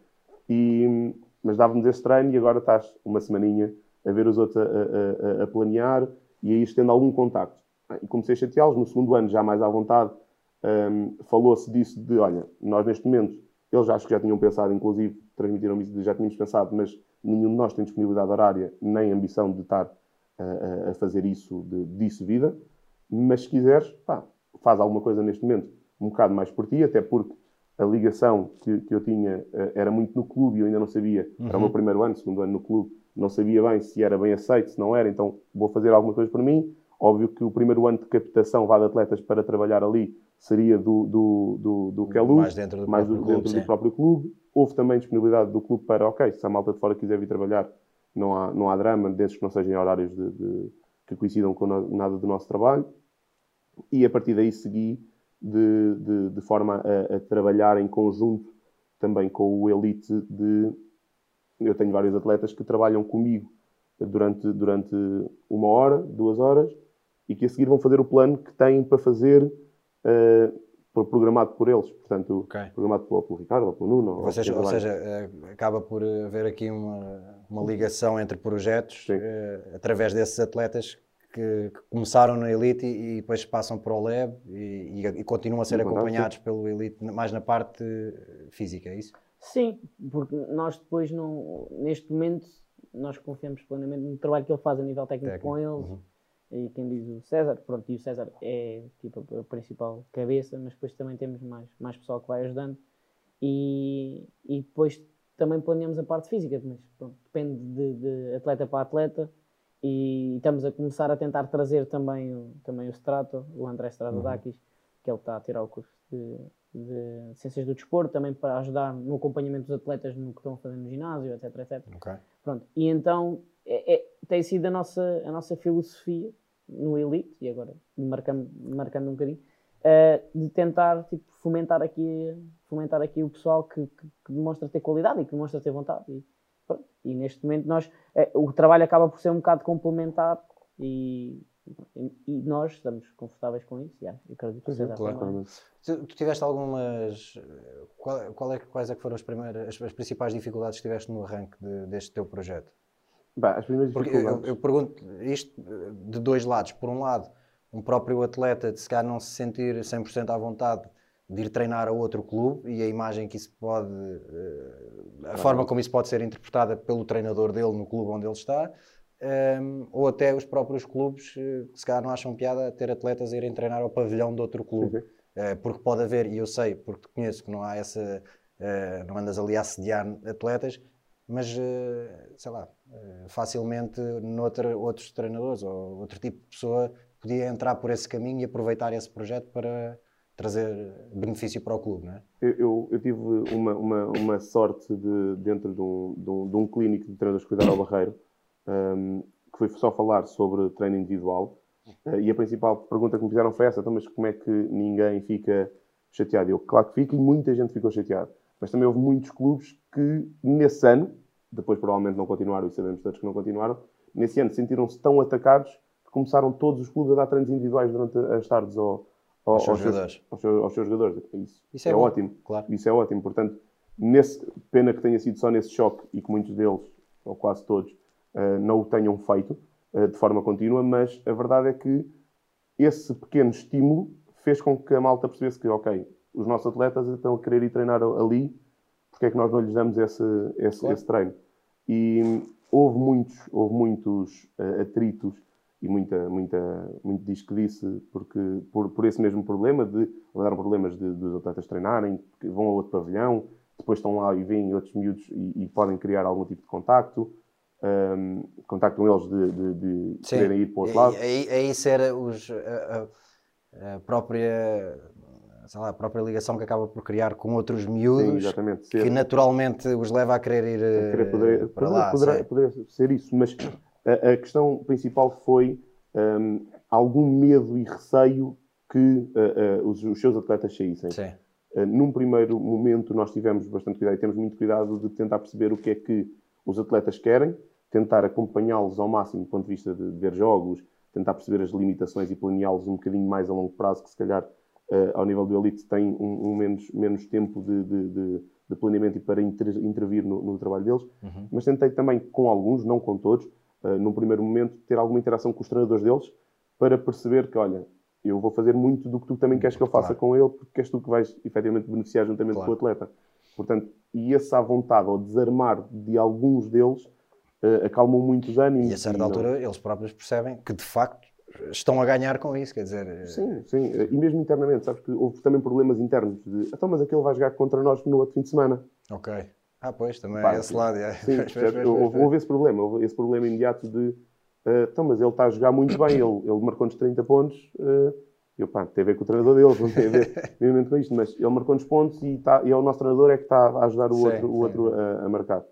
E, mas dava-nos esse treino e agora estás uma semaninha a ver os outros a, a, a, a planear e aí estendo algum contacto. E comecei a chateá-los. No segundo ano, já mais à vontade, um, falou-se disso de, olha, nós neste momento, eles acho que já tinham pensado, inclusive, transmitiram-me isso de já tínhamos pensado, mas nenhum de nós tem disponibilidade horária nem ambição de estar a, a fazer isso, de, disso vida. Mas se quiseres, pá, faz alguma coisa neste momento um bocado mais por ti, até porque a ligação que, que eu tinha uh, era muito no clube e eu ainda não sabia, uhum. era o meu primeiro ano, segundo ano no clube, não sabia bem se era bem aceito, se não era, então vou fazer alguma coisa por mim. Óbvio que o primeiro ano de captação vá de atletas para trabalhar ali seria do, do, do, do Queluz, mais dentro, do, mais próprio, do, clube, dentro do próprio clube. Houve também disponibilidade do clube para, ok, se a malta de fora quiser vir trabalhar, não há, não há drama, desde que não sejam horários de, de, que coincidam com no, nada do nosso trabalho. E a partir daí segui de, de, de forma a, a trabalhar em conjunto também com o Elite de... Eu tenho vários atletas que trabalham comigo durante, durante uma hora, duas horas, e que a seguir vão fazer o plano que têm para fazer uh, programado por eles, portanto, okay. programado pelo, pelo Ricardo ou pelo Nuno. Vocês, ou ou seja, acaba por haver aqui uma, uma ligação entre projetos uh, através desses atletas que, que começaram na Elite e, e depois passam para o Lab e, e, e continuam a ser acompanhados pelo Elite, mais na parte física, é isso? Sim, porque nós depois, não, neste momento, nós confiamos plenamente no trabalho que ele faz a nível técnico, técnico. com eles. Uhum. E quem diz o César, pronto, e o César é tipo a principal cabeça, mas depois também temos mais, mais pessoal que vai ajudando e, e depois também planeamos a parte física, mas pronto, depende de, de atleta para atleta e estamos a começar a tentar trazer também o, também o Strato, o André Stradodakis, uhum. que ele está a tirar o curso de, de Ciências do Desporto, também para ajudar no acompanhamento dos atletas no que estão a fazer no ginásio, etc, etcétera. Okay. Pronto, e então é, é, tem sido a nossa, a nossa filosofia no Elite, e agora marcando, marcando um bocadinho, uh, de tentar tipo, fomentar, aqui, fomentar aqui o pessoal que, que, que demonstra ter qualidade e que demonstra ter vontade. E, pronto, e neste momento nós, uh, o trabalho acaba por ser um bocado complementar e, e, e nós estamos confortáveis com isso. Yeah, eu acredito que seja claro. Tu, tu tiveste algumas... Qual, qual é, quais é que foram as, primeiras, as, as principais dificuldades que tiveste no arranque de, deste teu projeto? Bah, as primeiras Porque eu, eu pergunto isto de dois lados. Por um lado, um próprio atleta de se calhar não se sentir cem por cento à vontade de ir treinar a outro clube e a imagem que isso pode, a forma como isso pode ser interpretada pelo treinador dele no clube onde ele está, um, ou até os próprios clubes que se calhar não acham piada ter atletas a irem treinar ao pavilhão de outro clube. Sim, sim. Uh, porque pode haver, e eu sei, porque te conheço que não há essa, uh, não andas ali a assediar atletas, mas, sei lá, facilmente noutra, outros treinadores ou outro tipo de pessoa podia entrar por esse caminho e aproveitar esse projeto para trazer benefício para o clube, não é? Eu, eu, eu tive uma, uma, uma sorte de, dentro de um, de, um, de um clínico de treinadores que fui dar ao Barreiro, um, que foi só falar sobre treino individual, uh, e a principal pergunta que me fizeram foi essa, então, mas como é que ninguém fica chateado? Eu, claro que fica, e muita gente ficou chateada. Mas também houve muitos clubes que, nesse ano, depois provavelmente não continuaram, e sabemos todos que não continuaram, nesse ano sentiram-se tão atacados que começaram todos os clubes a dar treinos individuais durante as tardes ao, ao, aos, aos, seus seus, aos, seus, aos seus jogadores. Isso, Isso é, é bom, ótimo. Claro. Isso é ótimo. Portanto, nesse, pena que tenha sido só nesse choque e que muitos deles, ou quase todos, uh, não o tenham feito uh, de forma contínua, mas a verdade é que esse pequeno estímulo fez com que a malta percebesse que, ok, os nossos atletas estão a querer ir treinar ali, porque é que nós não lhes damos esse, esse, claro. esse treino? E houve muitos, houve muitos uh, atritos e muita, muita, muito diz que disse, porque, por, por esse mesmo problema, de levaram problemas de, dos atletas treinarem, que vão a outro pavilhão, depois estão lá e veem outros miúdos e, e podem criar algum tipo de contacto, um, contacto com eles de, de, de quererem ir para o outro lado. Aí, aí ser os, a, a própria... sei lá, a própria ligação que acaba por criar com outros miúdos. Sim, que naturalmente os leva a querer ir a querer poder, para poder, lá. Poderá, poderá ser isso, mas a, a questão principal foi um, algum medo e receio que uh, uh, os, os seus atletas saíssem. Sim. Uh, num primeiro momento nós tivemos bastante cuidado e temos muito cuidado de tentar perceber o que é que os atletas querem, tentar acompanhá-los ao máximo do ponto de vista de, de ver jogos, tentar perceber as limitações e planeá-los um bocadinho mais a longo prazo, que se calhar Uh, ao nível do Elite tem um, um menos, menos tempo de, de, de, de planeamento e para inter, intervir no, no trabalho deles. Uhum. Mas tentei também com alguns, não com todos, uh, num primeiro momento, ter alguma interação com os treinadores deles para perceber que, olha, eu vou fazer muito do que tu também queres que eu faça claro. com ele, porque és tu que vais efetivamente beneficiar juntamente claro. com o atleta. Portanto, e esse à vontade, ou desarmar de alguns deles, uh, acalmam muitos ânimos. E a certa e altura não... eles próprios percebem que, de facto, estão a ganhar com isso, quer dizer... Sim, sim. E mesmo internamente, sabes que houve também problemas internos de então, mas aquele vai jogar contra nós no outro fim de semana. Ok. Ah, pois, também Pá, é esse lado. É. Sim, pois, pois, pois, houve, houve esse problema, houve esse problema imediato de uh, então, mas ele está a jogar muito bem, ele, ele marcou-nos trinta pontos, uh, eu, pá, tem a ver com o treinador dele, não tem a ver mesmo com isto, mas ele marcou-nos pontos e, tá, e é o nosso treinador é que está a ajudar o sim, outro, o outro a, a marcar.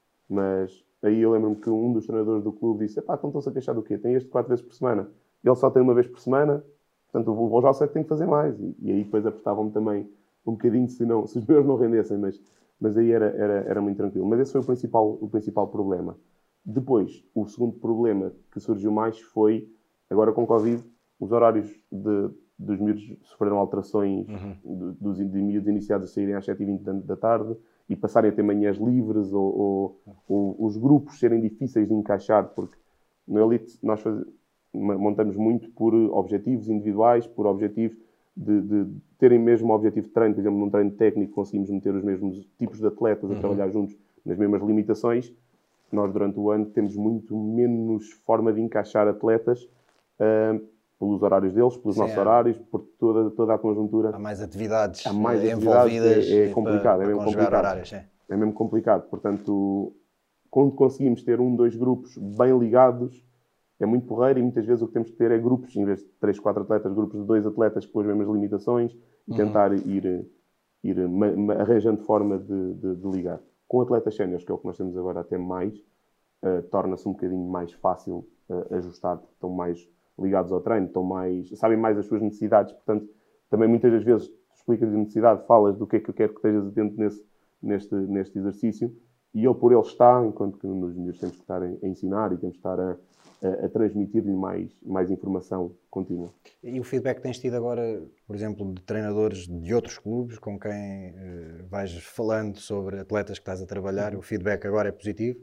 Mas aí eu lembro-me que um dos treinadores do clube disse, pá, então estão-se a queixar do quê? Tem este quatro vezes por semana. Ele só tem uma vez por semana, portanto o já sei que tem que fazer mais. E, e aí depois apertavam-me também um bocadinho se, não, se os meus não rendessem, mas, mas aí era, era, era muito tranquilo. Mas esse foi o principal, o principal problema. Depois, o segundo problema que surgiu mais foi, agora com Covid, os horários de dos miúdos sofreram alterações Uhum. dos de miúdos iniciados a saírem às sete e vinte da, da tarde e passarem a ter manhãs livres ou, ou, ou os grupos serem difíceis de encaixar, porque no Elite nós faz, montamos muito por objetivos individuais, por objetivos de, de terem mesmo objetivo de treino. Por exemplo, num treino técnico conseguimos meter os mesmos tipos de atletas a Uhum. trabalhar juntos nas mesmas limitações. Nós, durante o ano, temos muito menos forma de encaixar atletas uh, pelos horários deles, pelos Sim, nossos é. horários, por toda, toda a conjuntura. Há mais atividades Há mais eh, atividades, envolvidas é, é e complicado, para, é para mesmo conjugar complicado. horários. Sim. É mesmo complicado. Portanto, quando conseguimos ter um, dois grupos bem ligados, é muito porreiro e muitas vezes o que temos que ter é grupos, em vez de três, quatro atletas, grupos de dois atletas com as mesmas limitações e Uhum. tentar ir, ir ma, ma, arranjando forma de, de, de ligar. Com atletas séniores, que é o que nós temos agora até mais, uh, torna-se um bocadinho mais fácil uh, ajustar, porque estão mais ligados ao treino, estão mais, sabem mais as suas necessidades, portanto, também muitas das vezes explicas a necessidade, falas do que é que eu quero que estejas atento nesse, neste, neste exercício, e ele por ele está, enquanto que nos miúdos temos que estar a, a ensinar e temos que estar a, a, a transmitir-lhe mais, mais informação contínua. E o feedback que tens tido agora, por exemplo, de treinadores de outros clubes com quem uh, vais falando sobre atletas que estás a trabalhar, o feedback agora é positivo?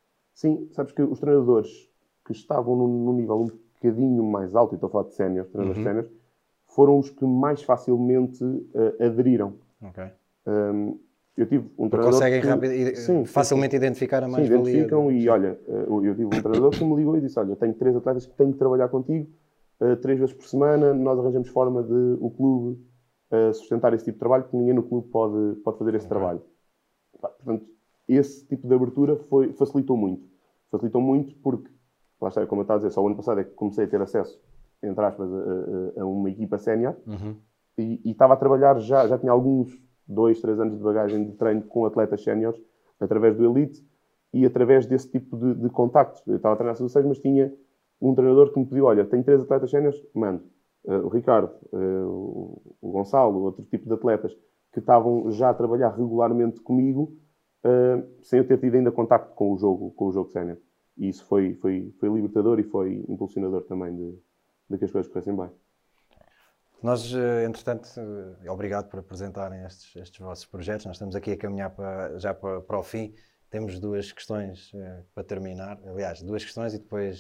Sim, sabes que os treinadores que estavam num, num nível um bocadinho mais alto, e estou a falar de séniores, treinadores Uhum. séniores, foram os que mais facilmente uh, aderiram. Ok. Um, eu tive um Porque treinador conseguem que, rápido, sim, facilmente sim, identificar a sim, mais-valia. identificam de... e olha, uh, eu tive um treinador que me ligou e disse, olha, eu tenho três atletas que têm que trabalhar contigo uh, três vezes por semana, nós arranjamos forma de o clube uh, sustentar esse tipo de trabalho, porque ninguém no clube pode, pode fazer esse Ok. trabalho. Portanto, esse tipo de abertura foi, facilitou muito. Facilitou muito porque, lá está, como eu estava a dizer, só o ano passado é que comecei a ter acesso, entre aspas, a, a, a uma equipa sénior Uhum. e, e estava a trabalhar, já, já tinha alguns, dois, três anos de bagagem de treino com atletas séniores, através do Elite e através desse tipo de, de contacto. Eu estava a treinar a seis, mas tinha um treinador que me pediu, olha, tenho três atletas séniores, mando. Uh, o Ricardo, uh, o, o Gonçalo, outro tipo de atletas que estavam já a trabalhar regularmente comigo, uh, sem eu ter tido ainda contacto com o jogo, com o jogo sénior. E isso foi, foi, foi libertador e foi impulsionador também de, de que as coisas corressem bem. Nós, entretanto, obrigado por apresentarem estes, estes vossos projetos. Nós estamos aqui a caminhar para, já para, para o fim. Temos duas questões uh, para terminar. Aliás, duas questões e depois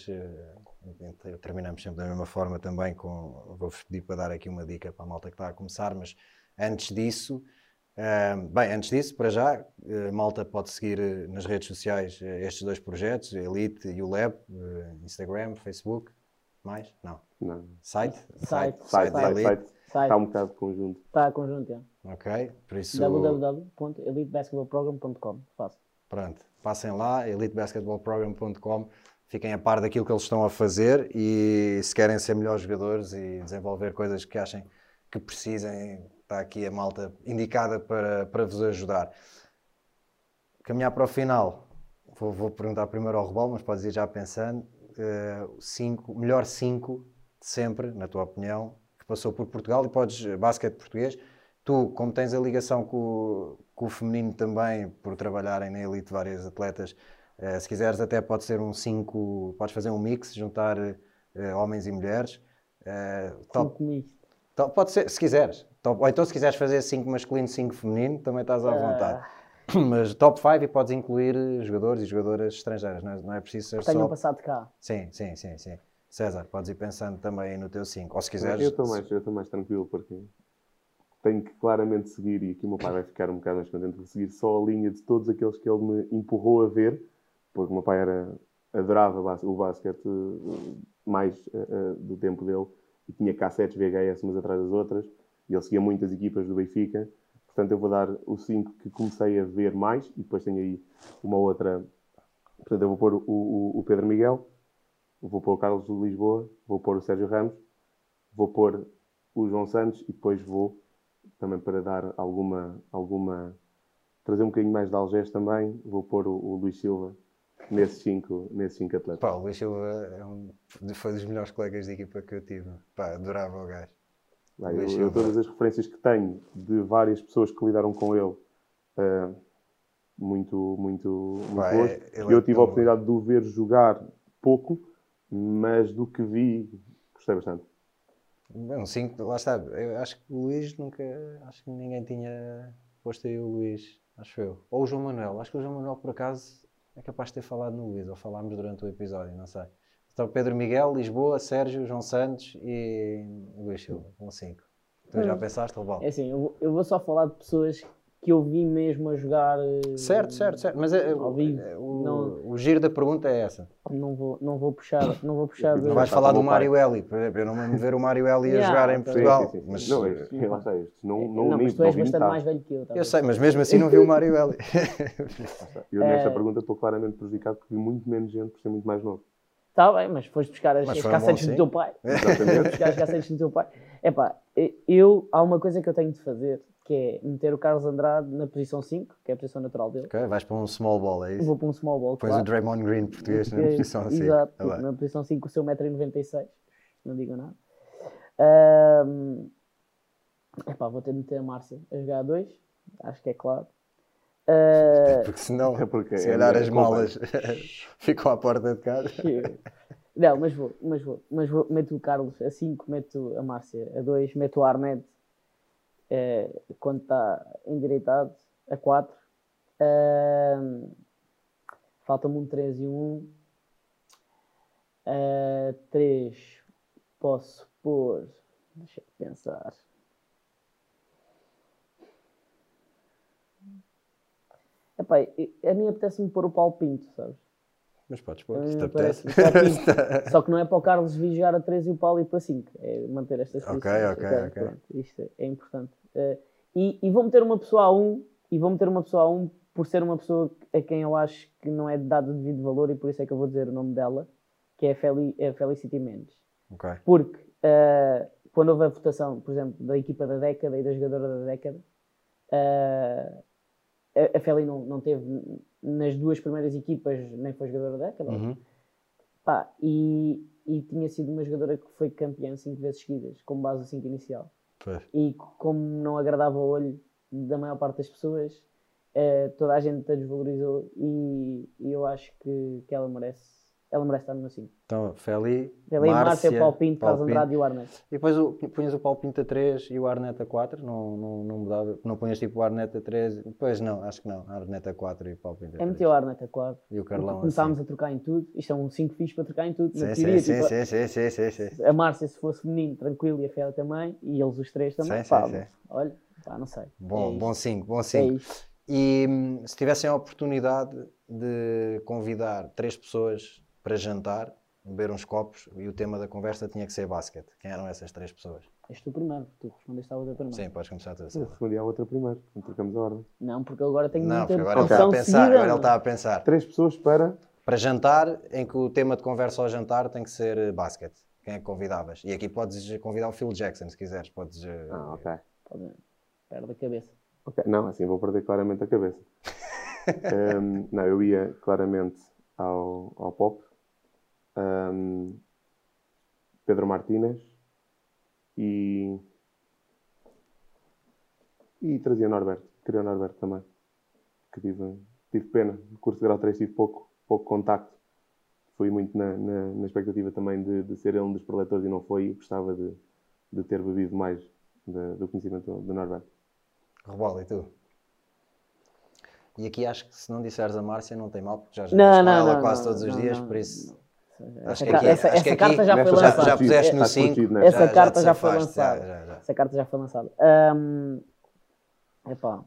uh, terminamos sempre da mesma forma também. Com, vou-vos pedir para dar aqui uma dica para a malta que está a começar, mas antes disso, uh, bem, antes disso, para já, a malta pode seguir uh, nas redes sociais uh, estes dois projetos, Elite e o Lab, uh, Instagram, Facebook. Mais? Não. Não. Site? Site. Site, Site da site, Elite. site. Site. Está um bocado conjunto. Está conjunto, é. Ok, por isso... w w w ponto elite basketball program ponto com. Fácil. Pronto, passem lá, elite basketball program ponto com, fiquem a par daquilo que eles estão a fazer e se querem ser melhores jogadores e desenvolver coisas que achem que precisem, está aqui a malta indicada para, para vos ajudar. Caminhar para o final, vou, vou perguntar primeiro ao Rebol, mas podes ir já pensando, uh, cinco, melhor cinco de sempre, na tua opinião, que passou por Portugal e podes, basquete português. Tu, como tens a ligação com, com o feminino também, por trabalharem na Elite vários atletas, uh, se quiseres até pode ser um cinco, podes fazer um mix, juntar uh, homens e mulheres. Uh, top, Cinco misto. top, pode ser, se quiseres. Top, ou então se quiseres fazer cinco masculino, cinco feminino, também estás à vontade. Uh, Mas top cinco e podes incluir jogadores e jogadoras estrangeiras, não é, não é preciso ser tenham só... passado cá. Sim, sim, sim, sim. César, podes ir pensando também aí no teu cinco, ou se quiseres... Eu estou mais, eu estou mais tranquilo porque tenho que claramente seguir, e aqui o meu pai vai ficar um bocado mais contente de seguir só a linha de todos aqueles que ele me empurrou a ver, porque o meu pai era, adorava o basquete mais uh, uh, do tempo dele, e tinha cassetes V H S umas atrás das outras, e ele seguia muitas equipas do Benfica, portanto eu vou dar o cinco que comecei a ver mais, e depois tenho aí uma outra, portanto eu vou pôr o, o, o Pedro Miguel, vou pôr o Carlos de Lisboa, vou pôr o Sérgio Ramos, vou pôr o João Santos e depois vou, também para dar alguma, alguma trazer um bocadinho mais de Algés também, vou pôr o, o Luís Silva nesses cinco, nesses cinco atletas. Pá, o Luís Silva é um, foi dos melhores colegas de equipa que eu tive. Pá, adorava o gajo. Bem, eu, eu, todas as referências que tenho de várias pessoas que lidaram com ele, uh, muito, muito, muito Pá, boas. é, eu é tive a oportunidade bom. de o ver jogar pouco, mas do que vi, gostei bastante. Um cinco, lá está. Eu acho que o Luís nunca. Acho que ninguém tinha posto aí o Luís, acho eu. Ou o João Manuel. Acho que o João Manuel, por acaso, é capaz de ter falado no Luís, ou falámos durante o episódio, não sei. Então, Pedro Miguel, Lisboa, Sérgio, João Santos e Luís Silva, um cinco. Tu já pensaste, Robaldo? É assim, eu vou, eu vou só falar de pessoas que eu vi mesmo a jogar. Certo, certo, certo. Mas é, ao vivo. é, o, Não- o giro da pergunta é essa. Não vou, não vou puxar. Não vou puxar Não vais falar do como o pai. Mário Eli, por exemplo. Eu não me lembro de ver o Mário Eli a Yeah, jogar em ok. Portugal. Sim, sim, sim. Mas, Não, estes, lá está, estes não, não, Não, nem- mas tu és não vi bastante metade. mais velho que eu. tá eu bem? sei, mas mesmo assim não vi o Mário Eli. Eu nesta É. pergunta estou claramente prejudicado porque vi muito menos gente por ser muito mais novo. Está bem, mas foste buscar as, Mas as foi um bom cassetes sim. do teu pai. Exatamente. Buscar as cassetes do teu pai. Epá, eu, há uma coisa que eu tenho de fazer, que é meter o Carlos Andrade na posição cinco, que é a posição natural dele. Ok, vais para um small ball, é isso? Vou para um small ball, Pões claro. o Draymond Green português na Porque- posição assim. Exato, Tá bem. porque na posição cinco o seu um metro e noventa e seis, não digo nada. Ahm, epá, vou ter de meter a Márcia a jogar a dois, acho que é claro. Ah, Porque senão, É porque se é- calhar é as malas ficam à porta de casa. não, mas vou, mas vou, mas vou, meto o Carlos a cinco, meto a Márcia a dois, meto o Arnett eh, quando está endireitado a quatro. Ahm, Falta-me um três e um um. três posso pôr. Deixa eu pensar. Epá, e- a mim apetece-me pôr o Paulo Pinto, sabes? Mas podes pôr, A se mim te apetece. parece-me Paulo Pinto. Só que não é para o Carlos vir jogar a três e o Paulo ir para cinco. É manter estas Ok, posições. ok, ok. Pronto, isto é, é importante. Eh, e, e vou meter uma pessoa a um, e vou meter uma pessoa a um por ser uma pessoa a quem eu acho que não é dado devido valor, e por isso é que eu vou dizer o nome dela, que é a, Feli, é a Felicity Mendes. Ok. Porque eh, quando houve a votação, por exemplo, da equipa da década e da jogadora da década, eh, a, a Feli não, não teve nas duas primeiras equipas, nem foi jogadora da década. Uhum. Pá, e, e tinha sido uma jogadora que foi campeã cinco vezes seguidas, com base no cinco inicial. Pois. E como não agradava o olho da maior parte das pessoas, eh, toda a gente a desvalorizou, e, e eu acho que, que ela merece ela merece estar no meu cinco. Então, Feli, Ela e Márcia, Márcia, Paulo Pinto, Paulo Carlos Andrade Pinto. e o Arnett. E depois o, punhas o Paulo Pinto a três e o Arnett a quatro, não, não, não mudava, não punhas tipo o Arnett a três, depois não, acho que não, Arnett a quatro e o Paulo Pinto a É três. meter o Arnett a quatro. E o Carlão Começámos assim. a trocar em tudo. Isto é um cinco fixe para trocar em tudo. Na Sim, teoria, sim, tipo, sim, sim, sim, sim, sim, sim. a Márcia, se fosse menino, tranquilo, e a Fela também, e eles os três também. Sim, Pá, sim, sim. olha, pá, não sei. Bom, é bom isto. cinco, bom É cinco. isto. E hum, se tivessem a oportunidade de convidar três pessoas para jantar, beber uns copos, e o tema da conversa tinha que ser basquete, quem eram essas três pessoas? És tu primeiro, tu respondeste à outra primeiro. Sim, podes começar tu a Eu dizer. respondi à outra primeiro, então trocamos a ordem. Não, porque agora tenho Não, muita porque agora ele está função a pensar, seguida. agora ele está a pensar. Três pessoas para. Para jantar, em que o tema de conversa ao jantar tem que ser eh, basquete. Quem é que convidavas? E aqui podes convidar o Phil Jackson, se quiseres. Podes, eh, Ah, ok. Pode- Perde a cabeça. Ok, não, assim vou perder claramente a cabeça. Ehm, não, eu ia claramente ao, ao pop. Ehm, Pedro Martínez e. E trazia Norberto. Queria o Norberto também. Que tive, tive pena. No curso de grau três tive pouco, pouco contacto. Fui muito na, na, na expectativa também de, de ser ele um dos preletores e não foi. E gostava de, de ter bebido mais de, do conhecimento do Norberto. Rebola, e tu? E aqui acho que se não disseres a Márcia não tem mal, porque já Não, jantas com não, ela não, quase não, todos os não, dias, não, por isso... não. Acho Essa, que ca- aqui- essa- acho que essa aqui carta já foi nesta já, lançada. já puseste no Estás cinco. protegido nesta. Essa já, carta te já foi safaste, lançada. Já, já, já. Essa carta já foi lançada. Ahm, epá.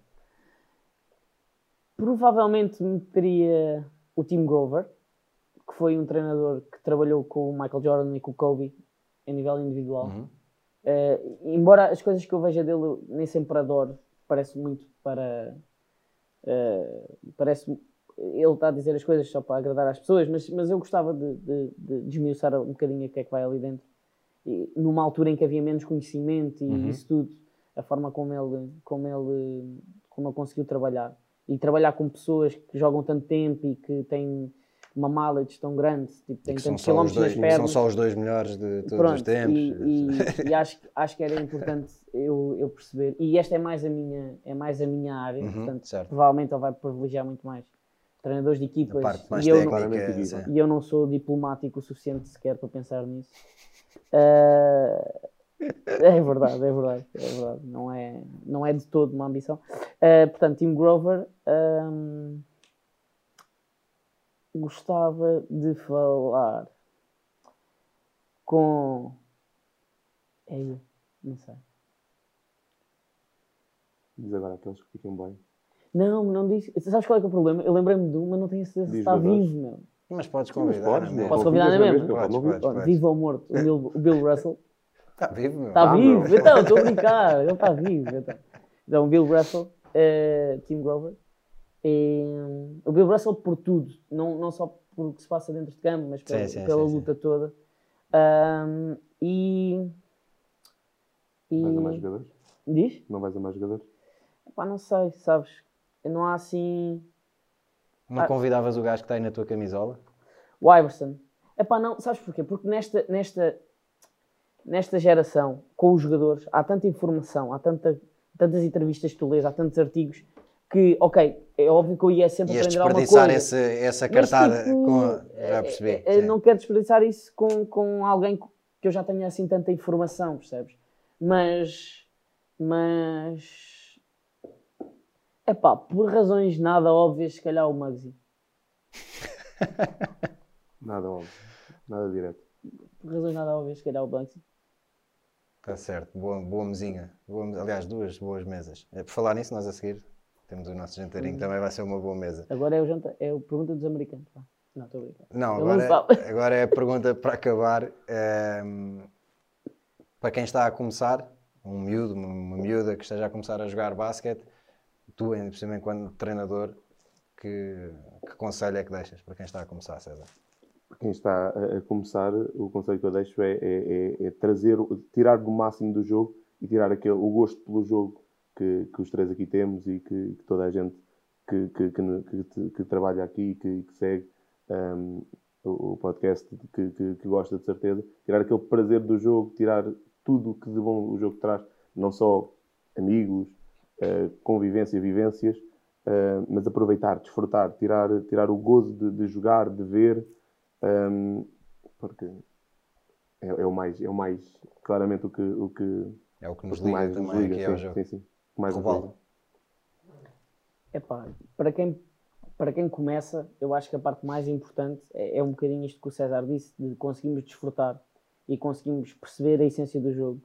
Provavelmente meteria o Tim Grover, que foi um treinador que trabalhou com o Michael Jordan e com o Kobe em nível individual. Uhum. Uh, embora as coisas que eu veja dele eu nem sempre adoro, parece muito para uh, parece ele está a dizer as coisas só para agradar às pessoas, mas, mas eu gostava de, de, de desmiuçar um bocadinho o que é que vai ali dentro, e, numa altura em que havia menos conhecimento e Uhum. isso tudo, a forma como ele, como ele como ele conseguiu trabalhar e trabalhar com pessoas que jogam tanto tempo e que têm uma mallet tão grande, tipo, E têm que são tantos só, os quilómetros dois, nas pernas. são só os dois melhores de todos Pronto, os tempos. E, e, e acho, acho que era importante eu, eu perceber. E esta é mais a minha, é mais a minha área, Uhum, portanto, certo. provavelmente ele vai privilegiar muito mais treinadores de A equipas. parte mais E eu, não, técnica. não- sim. e eu não sou diplomático o suficiente sequer para pensar nisso. Ah, É verdade, é verdade, é verdade. Não é, não é de todo uma ambição. Uh, portanto, Tim Grover, um, gostava de falar com... Ei, não sei. Diz agora aqueles que ficam bem. Não, não disse. Sabes qual é que é o problema? Eu lembrei-me de um, mas não tenho certeza se está vivo, meu. Mas podes Sim, mas convidar, podes, não é? Posso convidar na mesma? Podes, podes, Oh, podes. vivo ou morto? O Bill, o Bill Russell. Está vivo, meu. Está Ah, vivo, meu. então, estou a brincar, ele está vivo. Então, então Bill Russell, uh, Tim Grover. E, um, o Bill Russell por tudo, não, não só por o que se passa dentro de campo, mas pela, Sim, sim, pela sim, luta sim. toda. Um, e, e... Vais a mais jogadores? Diz? Não vais a mais jogadores? Epá, não sei, sabes? Não há assim... Não convidavas o gajo que está aí na tua camisola? O Iverson. Epá, não, sabes porquê? Porque nesta, nesta, nesta geração, com os jogadores, há tanta informação, há tanta, tantas entrevistas que tu lês, há tantos artigos, que, ok, é óbvio que eu ia sempre Ias aprender alguma desperdiçar coisa. esse, essa Mas, cartada tipo, com... Já percebi. é, é, não quero desperdiçar isso com, com alguém que eu já tenha assim tanta informação, percebes? Mas... Mas... Epá, por razões nada óbvias, se calhar o Muggsy. Nada óbvio. Nada direto. Por razões nada óbvias, se calhar o Muggsy. Está certo. Boa, boa mesinha. Boa, aliás, duas boas mesas. É, por falar nisso, nós a seguir temos o nosso jantarinho. Hum. Também vai ser uma boa mesa. Agora é o jantar, é a pergunta dos americanos. Pá. Não, estou a brincar. Não, agora, não é, agora é a pergunta para acabar. É, para quem está a começar, um miúdo, uma, uma miúda que esteja a começar a jogar basquete, tu, principalmente enquanto treinador, que, que conselho é que deixas para quem está a começar, César? Quem está a começar, o conselho que eu deixo é, é, é, é trazer, tirar do máximo do jogo e tirar aquele, o gosto pelo jogo que, que os três aqui temos e que, que toda a gente que, que, que, que, que trabalha aqui e que, que segue um, o, o podcast que, que, que gosta de certeza. Tirar aquele prazer do jogo, tirar tudo o que de bom o jogo traz, não só amigos, uh, convivência, vivências, uh, mas aproveitar, desfrutar, tirar, tirar o gozo de, de jogar, de ver. Um, porque é, é, o mais, é o mais claramente o que, o que é o que nos o que liga mais também nos liga, aqui sim, ao jogo. sim, sim. Mais Robaldo. Epá, para quem, para quem começa, eu acho que a parte mais importante é, é um bocadinho isto que o César disse, de conseguirmos desfrutar e conseguimos perceber a essência do jogo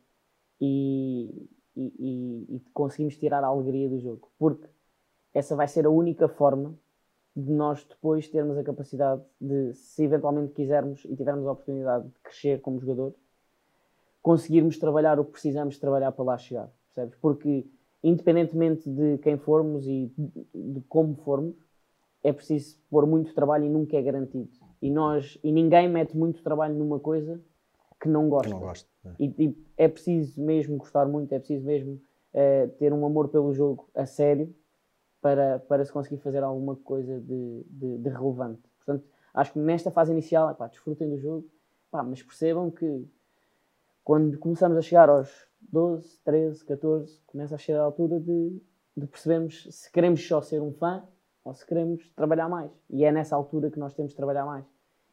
e, e, e, e conseguimos tirar a alegria do jogo, porque essa vai ser a única forma de nós depois termos a capacidade de, se eventualmente quisermos e tivermos a oportunidade de crescer como jogadores, conseguirmos trabalhar o que precisamos trabalhar para lá chegar, percebes? Porque independentemente de quem formos e de, de como formos, é preciso pôr muito trabalho e nunca é garantido. E, nós, e ninguém mete muito trabalho numa coisa que não gosta. Que não gosta, é. E, e é preciso mesmo gostar muito, é preciso mesmo uh, ter um amor pelo jogo a sério, Para, para se conseguir fazer alguma coisa de, de, de relevante. Portanto, acho que nesta fase inicial, epá, desfrutem do jogo, epá, mas percebam que quando começamos a chegar aos doze, treze, catorze, começa a chegar a altura de, de percebermos se queremos só ser um fã ou se queremos trabalhar mais. E é nessa altura que nós temos de trabalhar mais.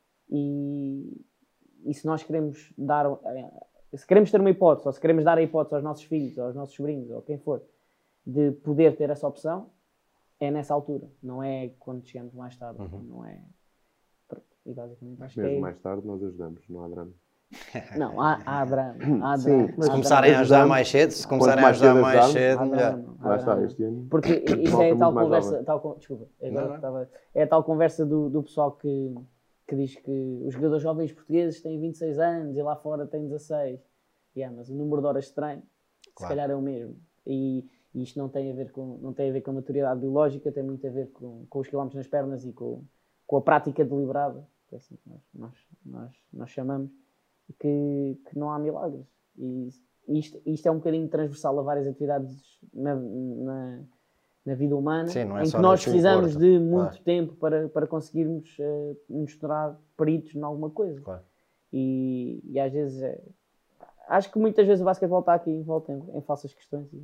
E, e se nós queremos dar, se queremos ter uma hipótese, ou se queremos dar a hipótese aos nossos filhos, aos nossos sobrinhos, ou quem for, de poder ter essa opção, é nessa altura, não é quando chegamos mais tarde, uhum. não é... E basicamente acho Mesmo que é... mais tarde nós ajudamos, não há drama. Não, há, há drama, há Sim, drama. Se há começarem drama. a ajudar mais cedo, se começarem a ajudar mais cedo, melhor. Lá está, este ano. Porque isso é a tal conversa, tal, desculpa, agora estava, é a tal conversa do, do pessoal que, que diz que os jogadores jovens portugueses têm vinte e seis anos e lá fora têm dezasseis. Yeah, mas o número de horas de treino, claro, se calhar é o mesmo. E E isto não tem a ver com, não tem a ver com a maturidade biológica, tem muito a ver com, com os quilómetros nas pernas e com, com a prática deliberada, que é assim que nós, nós, nós, nós chamamos, que, que não há milagres. E isto, isto é um bocadinho transversal a várias atividades na, na, na vida humana. Sim, não é em só que nós precisamos de muito claro. tempo para, para conseguirmos uh, nos tornar peritos em alguma coisa. Claro. E, e às vezes... É, acho que muitas vezes o basquetebol está aqui envolto em, em falsas questões e,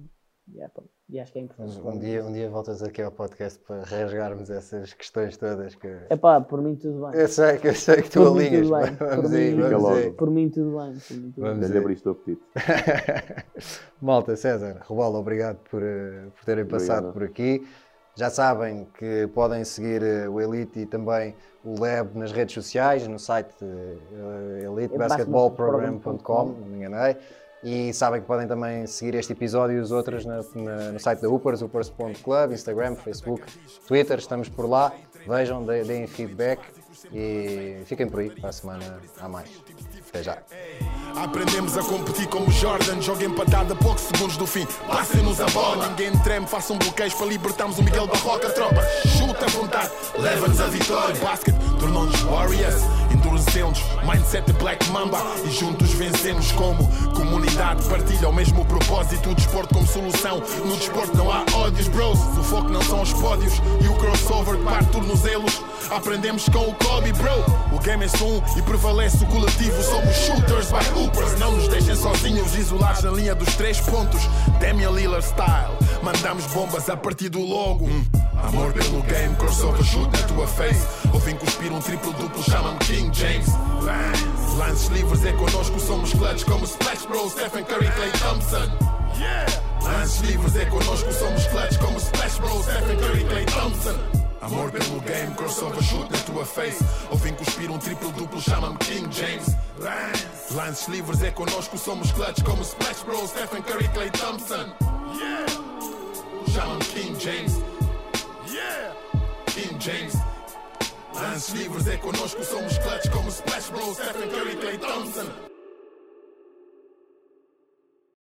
Yeah, pá, e acho que é importante. Um dia, um dia voltas aqui ao podcast para rasgarmos essas questões todas. Que... É pá, por mim tudo bem. Eu sei que, eu sei que tu Por mim alinhas. tudo bem. Vamos Por aí, mim- vamos Fica aí. logo. Por mim tudo bem. Por mim tudo bem. Vamos Ainda aí. abriste o apetite. Malta, César, Robola, obrigado por, eh, por terem passado Obrigado. por aqui. Já sabem que podem seguir eh, o Elite e também o Lab nas redes sociais, no site uh, elite basketball program ponto com, não me enganei. E sabem que podem também seguir este episódio e os outros na- na- no site da Hoopers, hoopers ponto club, Instagram, Facebook, Twitter, estamos por lá. Vejam, de- deem feedback e fiquem por aí, para a semana há mais. Até já. Aprendemos a competir como Jordan. Joga empatada a poucos segundos do fim. Passem-nos a bola, ninguém treme. Façam bloqueios para libertarmos o Miguel Barroca. Tropa, chuta à vontade, leva-nos a vitória. Basket tornou-nos Warriors, endurecemos mindset de Black Mamba. E juntos vencemos como comunidade. Partilha o mesmo propósito, o desporto como solução. No desporto não há ódios, bros. O foco não são os pódios e o crossover que parte tornozelos. Aprendemos com o Kobe, bro. O game é só um e prevalece o coletivo. Somos shooters by hoopers. Não nos deixem sozinhos, isolados na linha dos três pontos. Damian Lillard style. Mandamos bombas a partir do logo. Hum. Amor pelo game, crossover shoot na tua face. Ouvem cuspir um triplo duplo, chama-me King James. Lance, lances livres é connosco, somos clutch como Splash Bros, Stephen Curry, Klay Thompson. Yeah. Lances livres é connosco, somos clutch como Splash Bros, Stephen Curry, Klay Thompson. Amor pelo game, crossover shoot na tua face. Ouvem cuspir um triplo duplo, chama-me King James. Lance, lances livres é connosco, somos clutch como Splash Bros, Stephen Curry, Klay Thompson. Yeah. Chama-me King James. Yeah. King James. Lances livres é connosco, somos clutch como Splash Bros, Stephen Curry, Klay Thompson.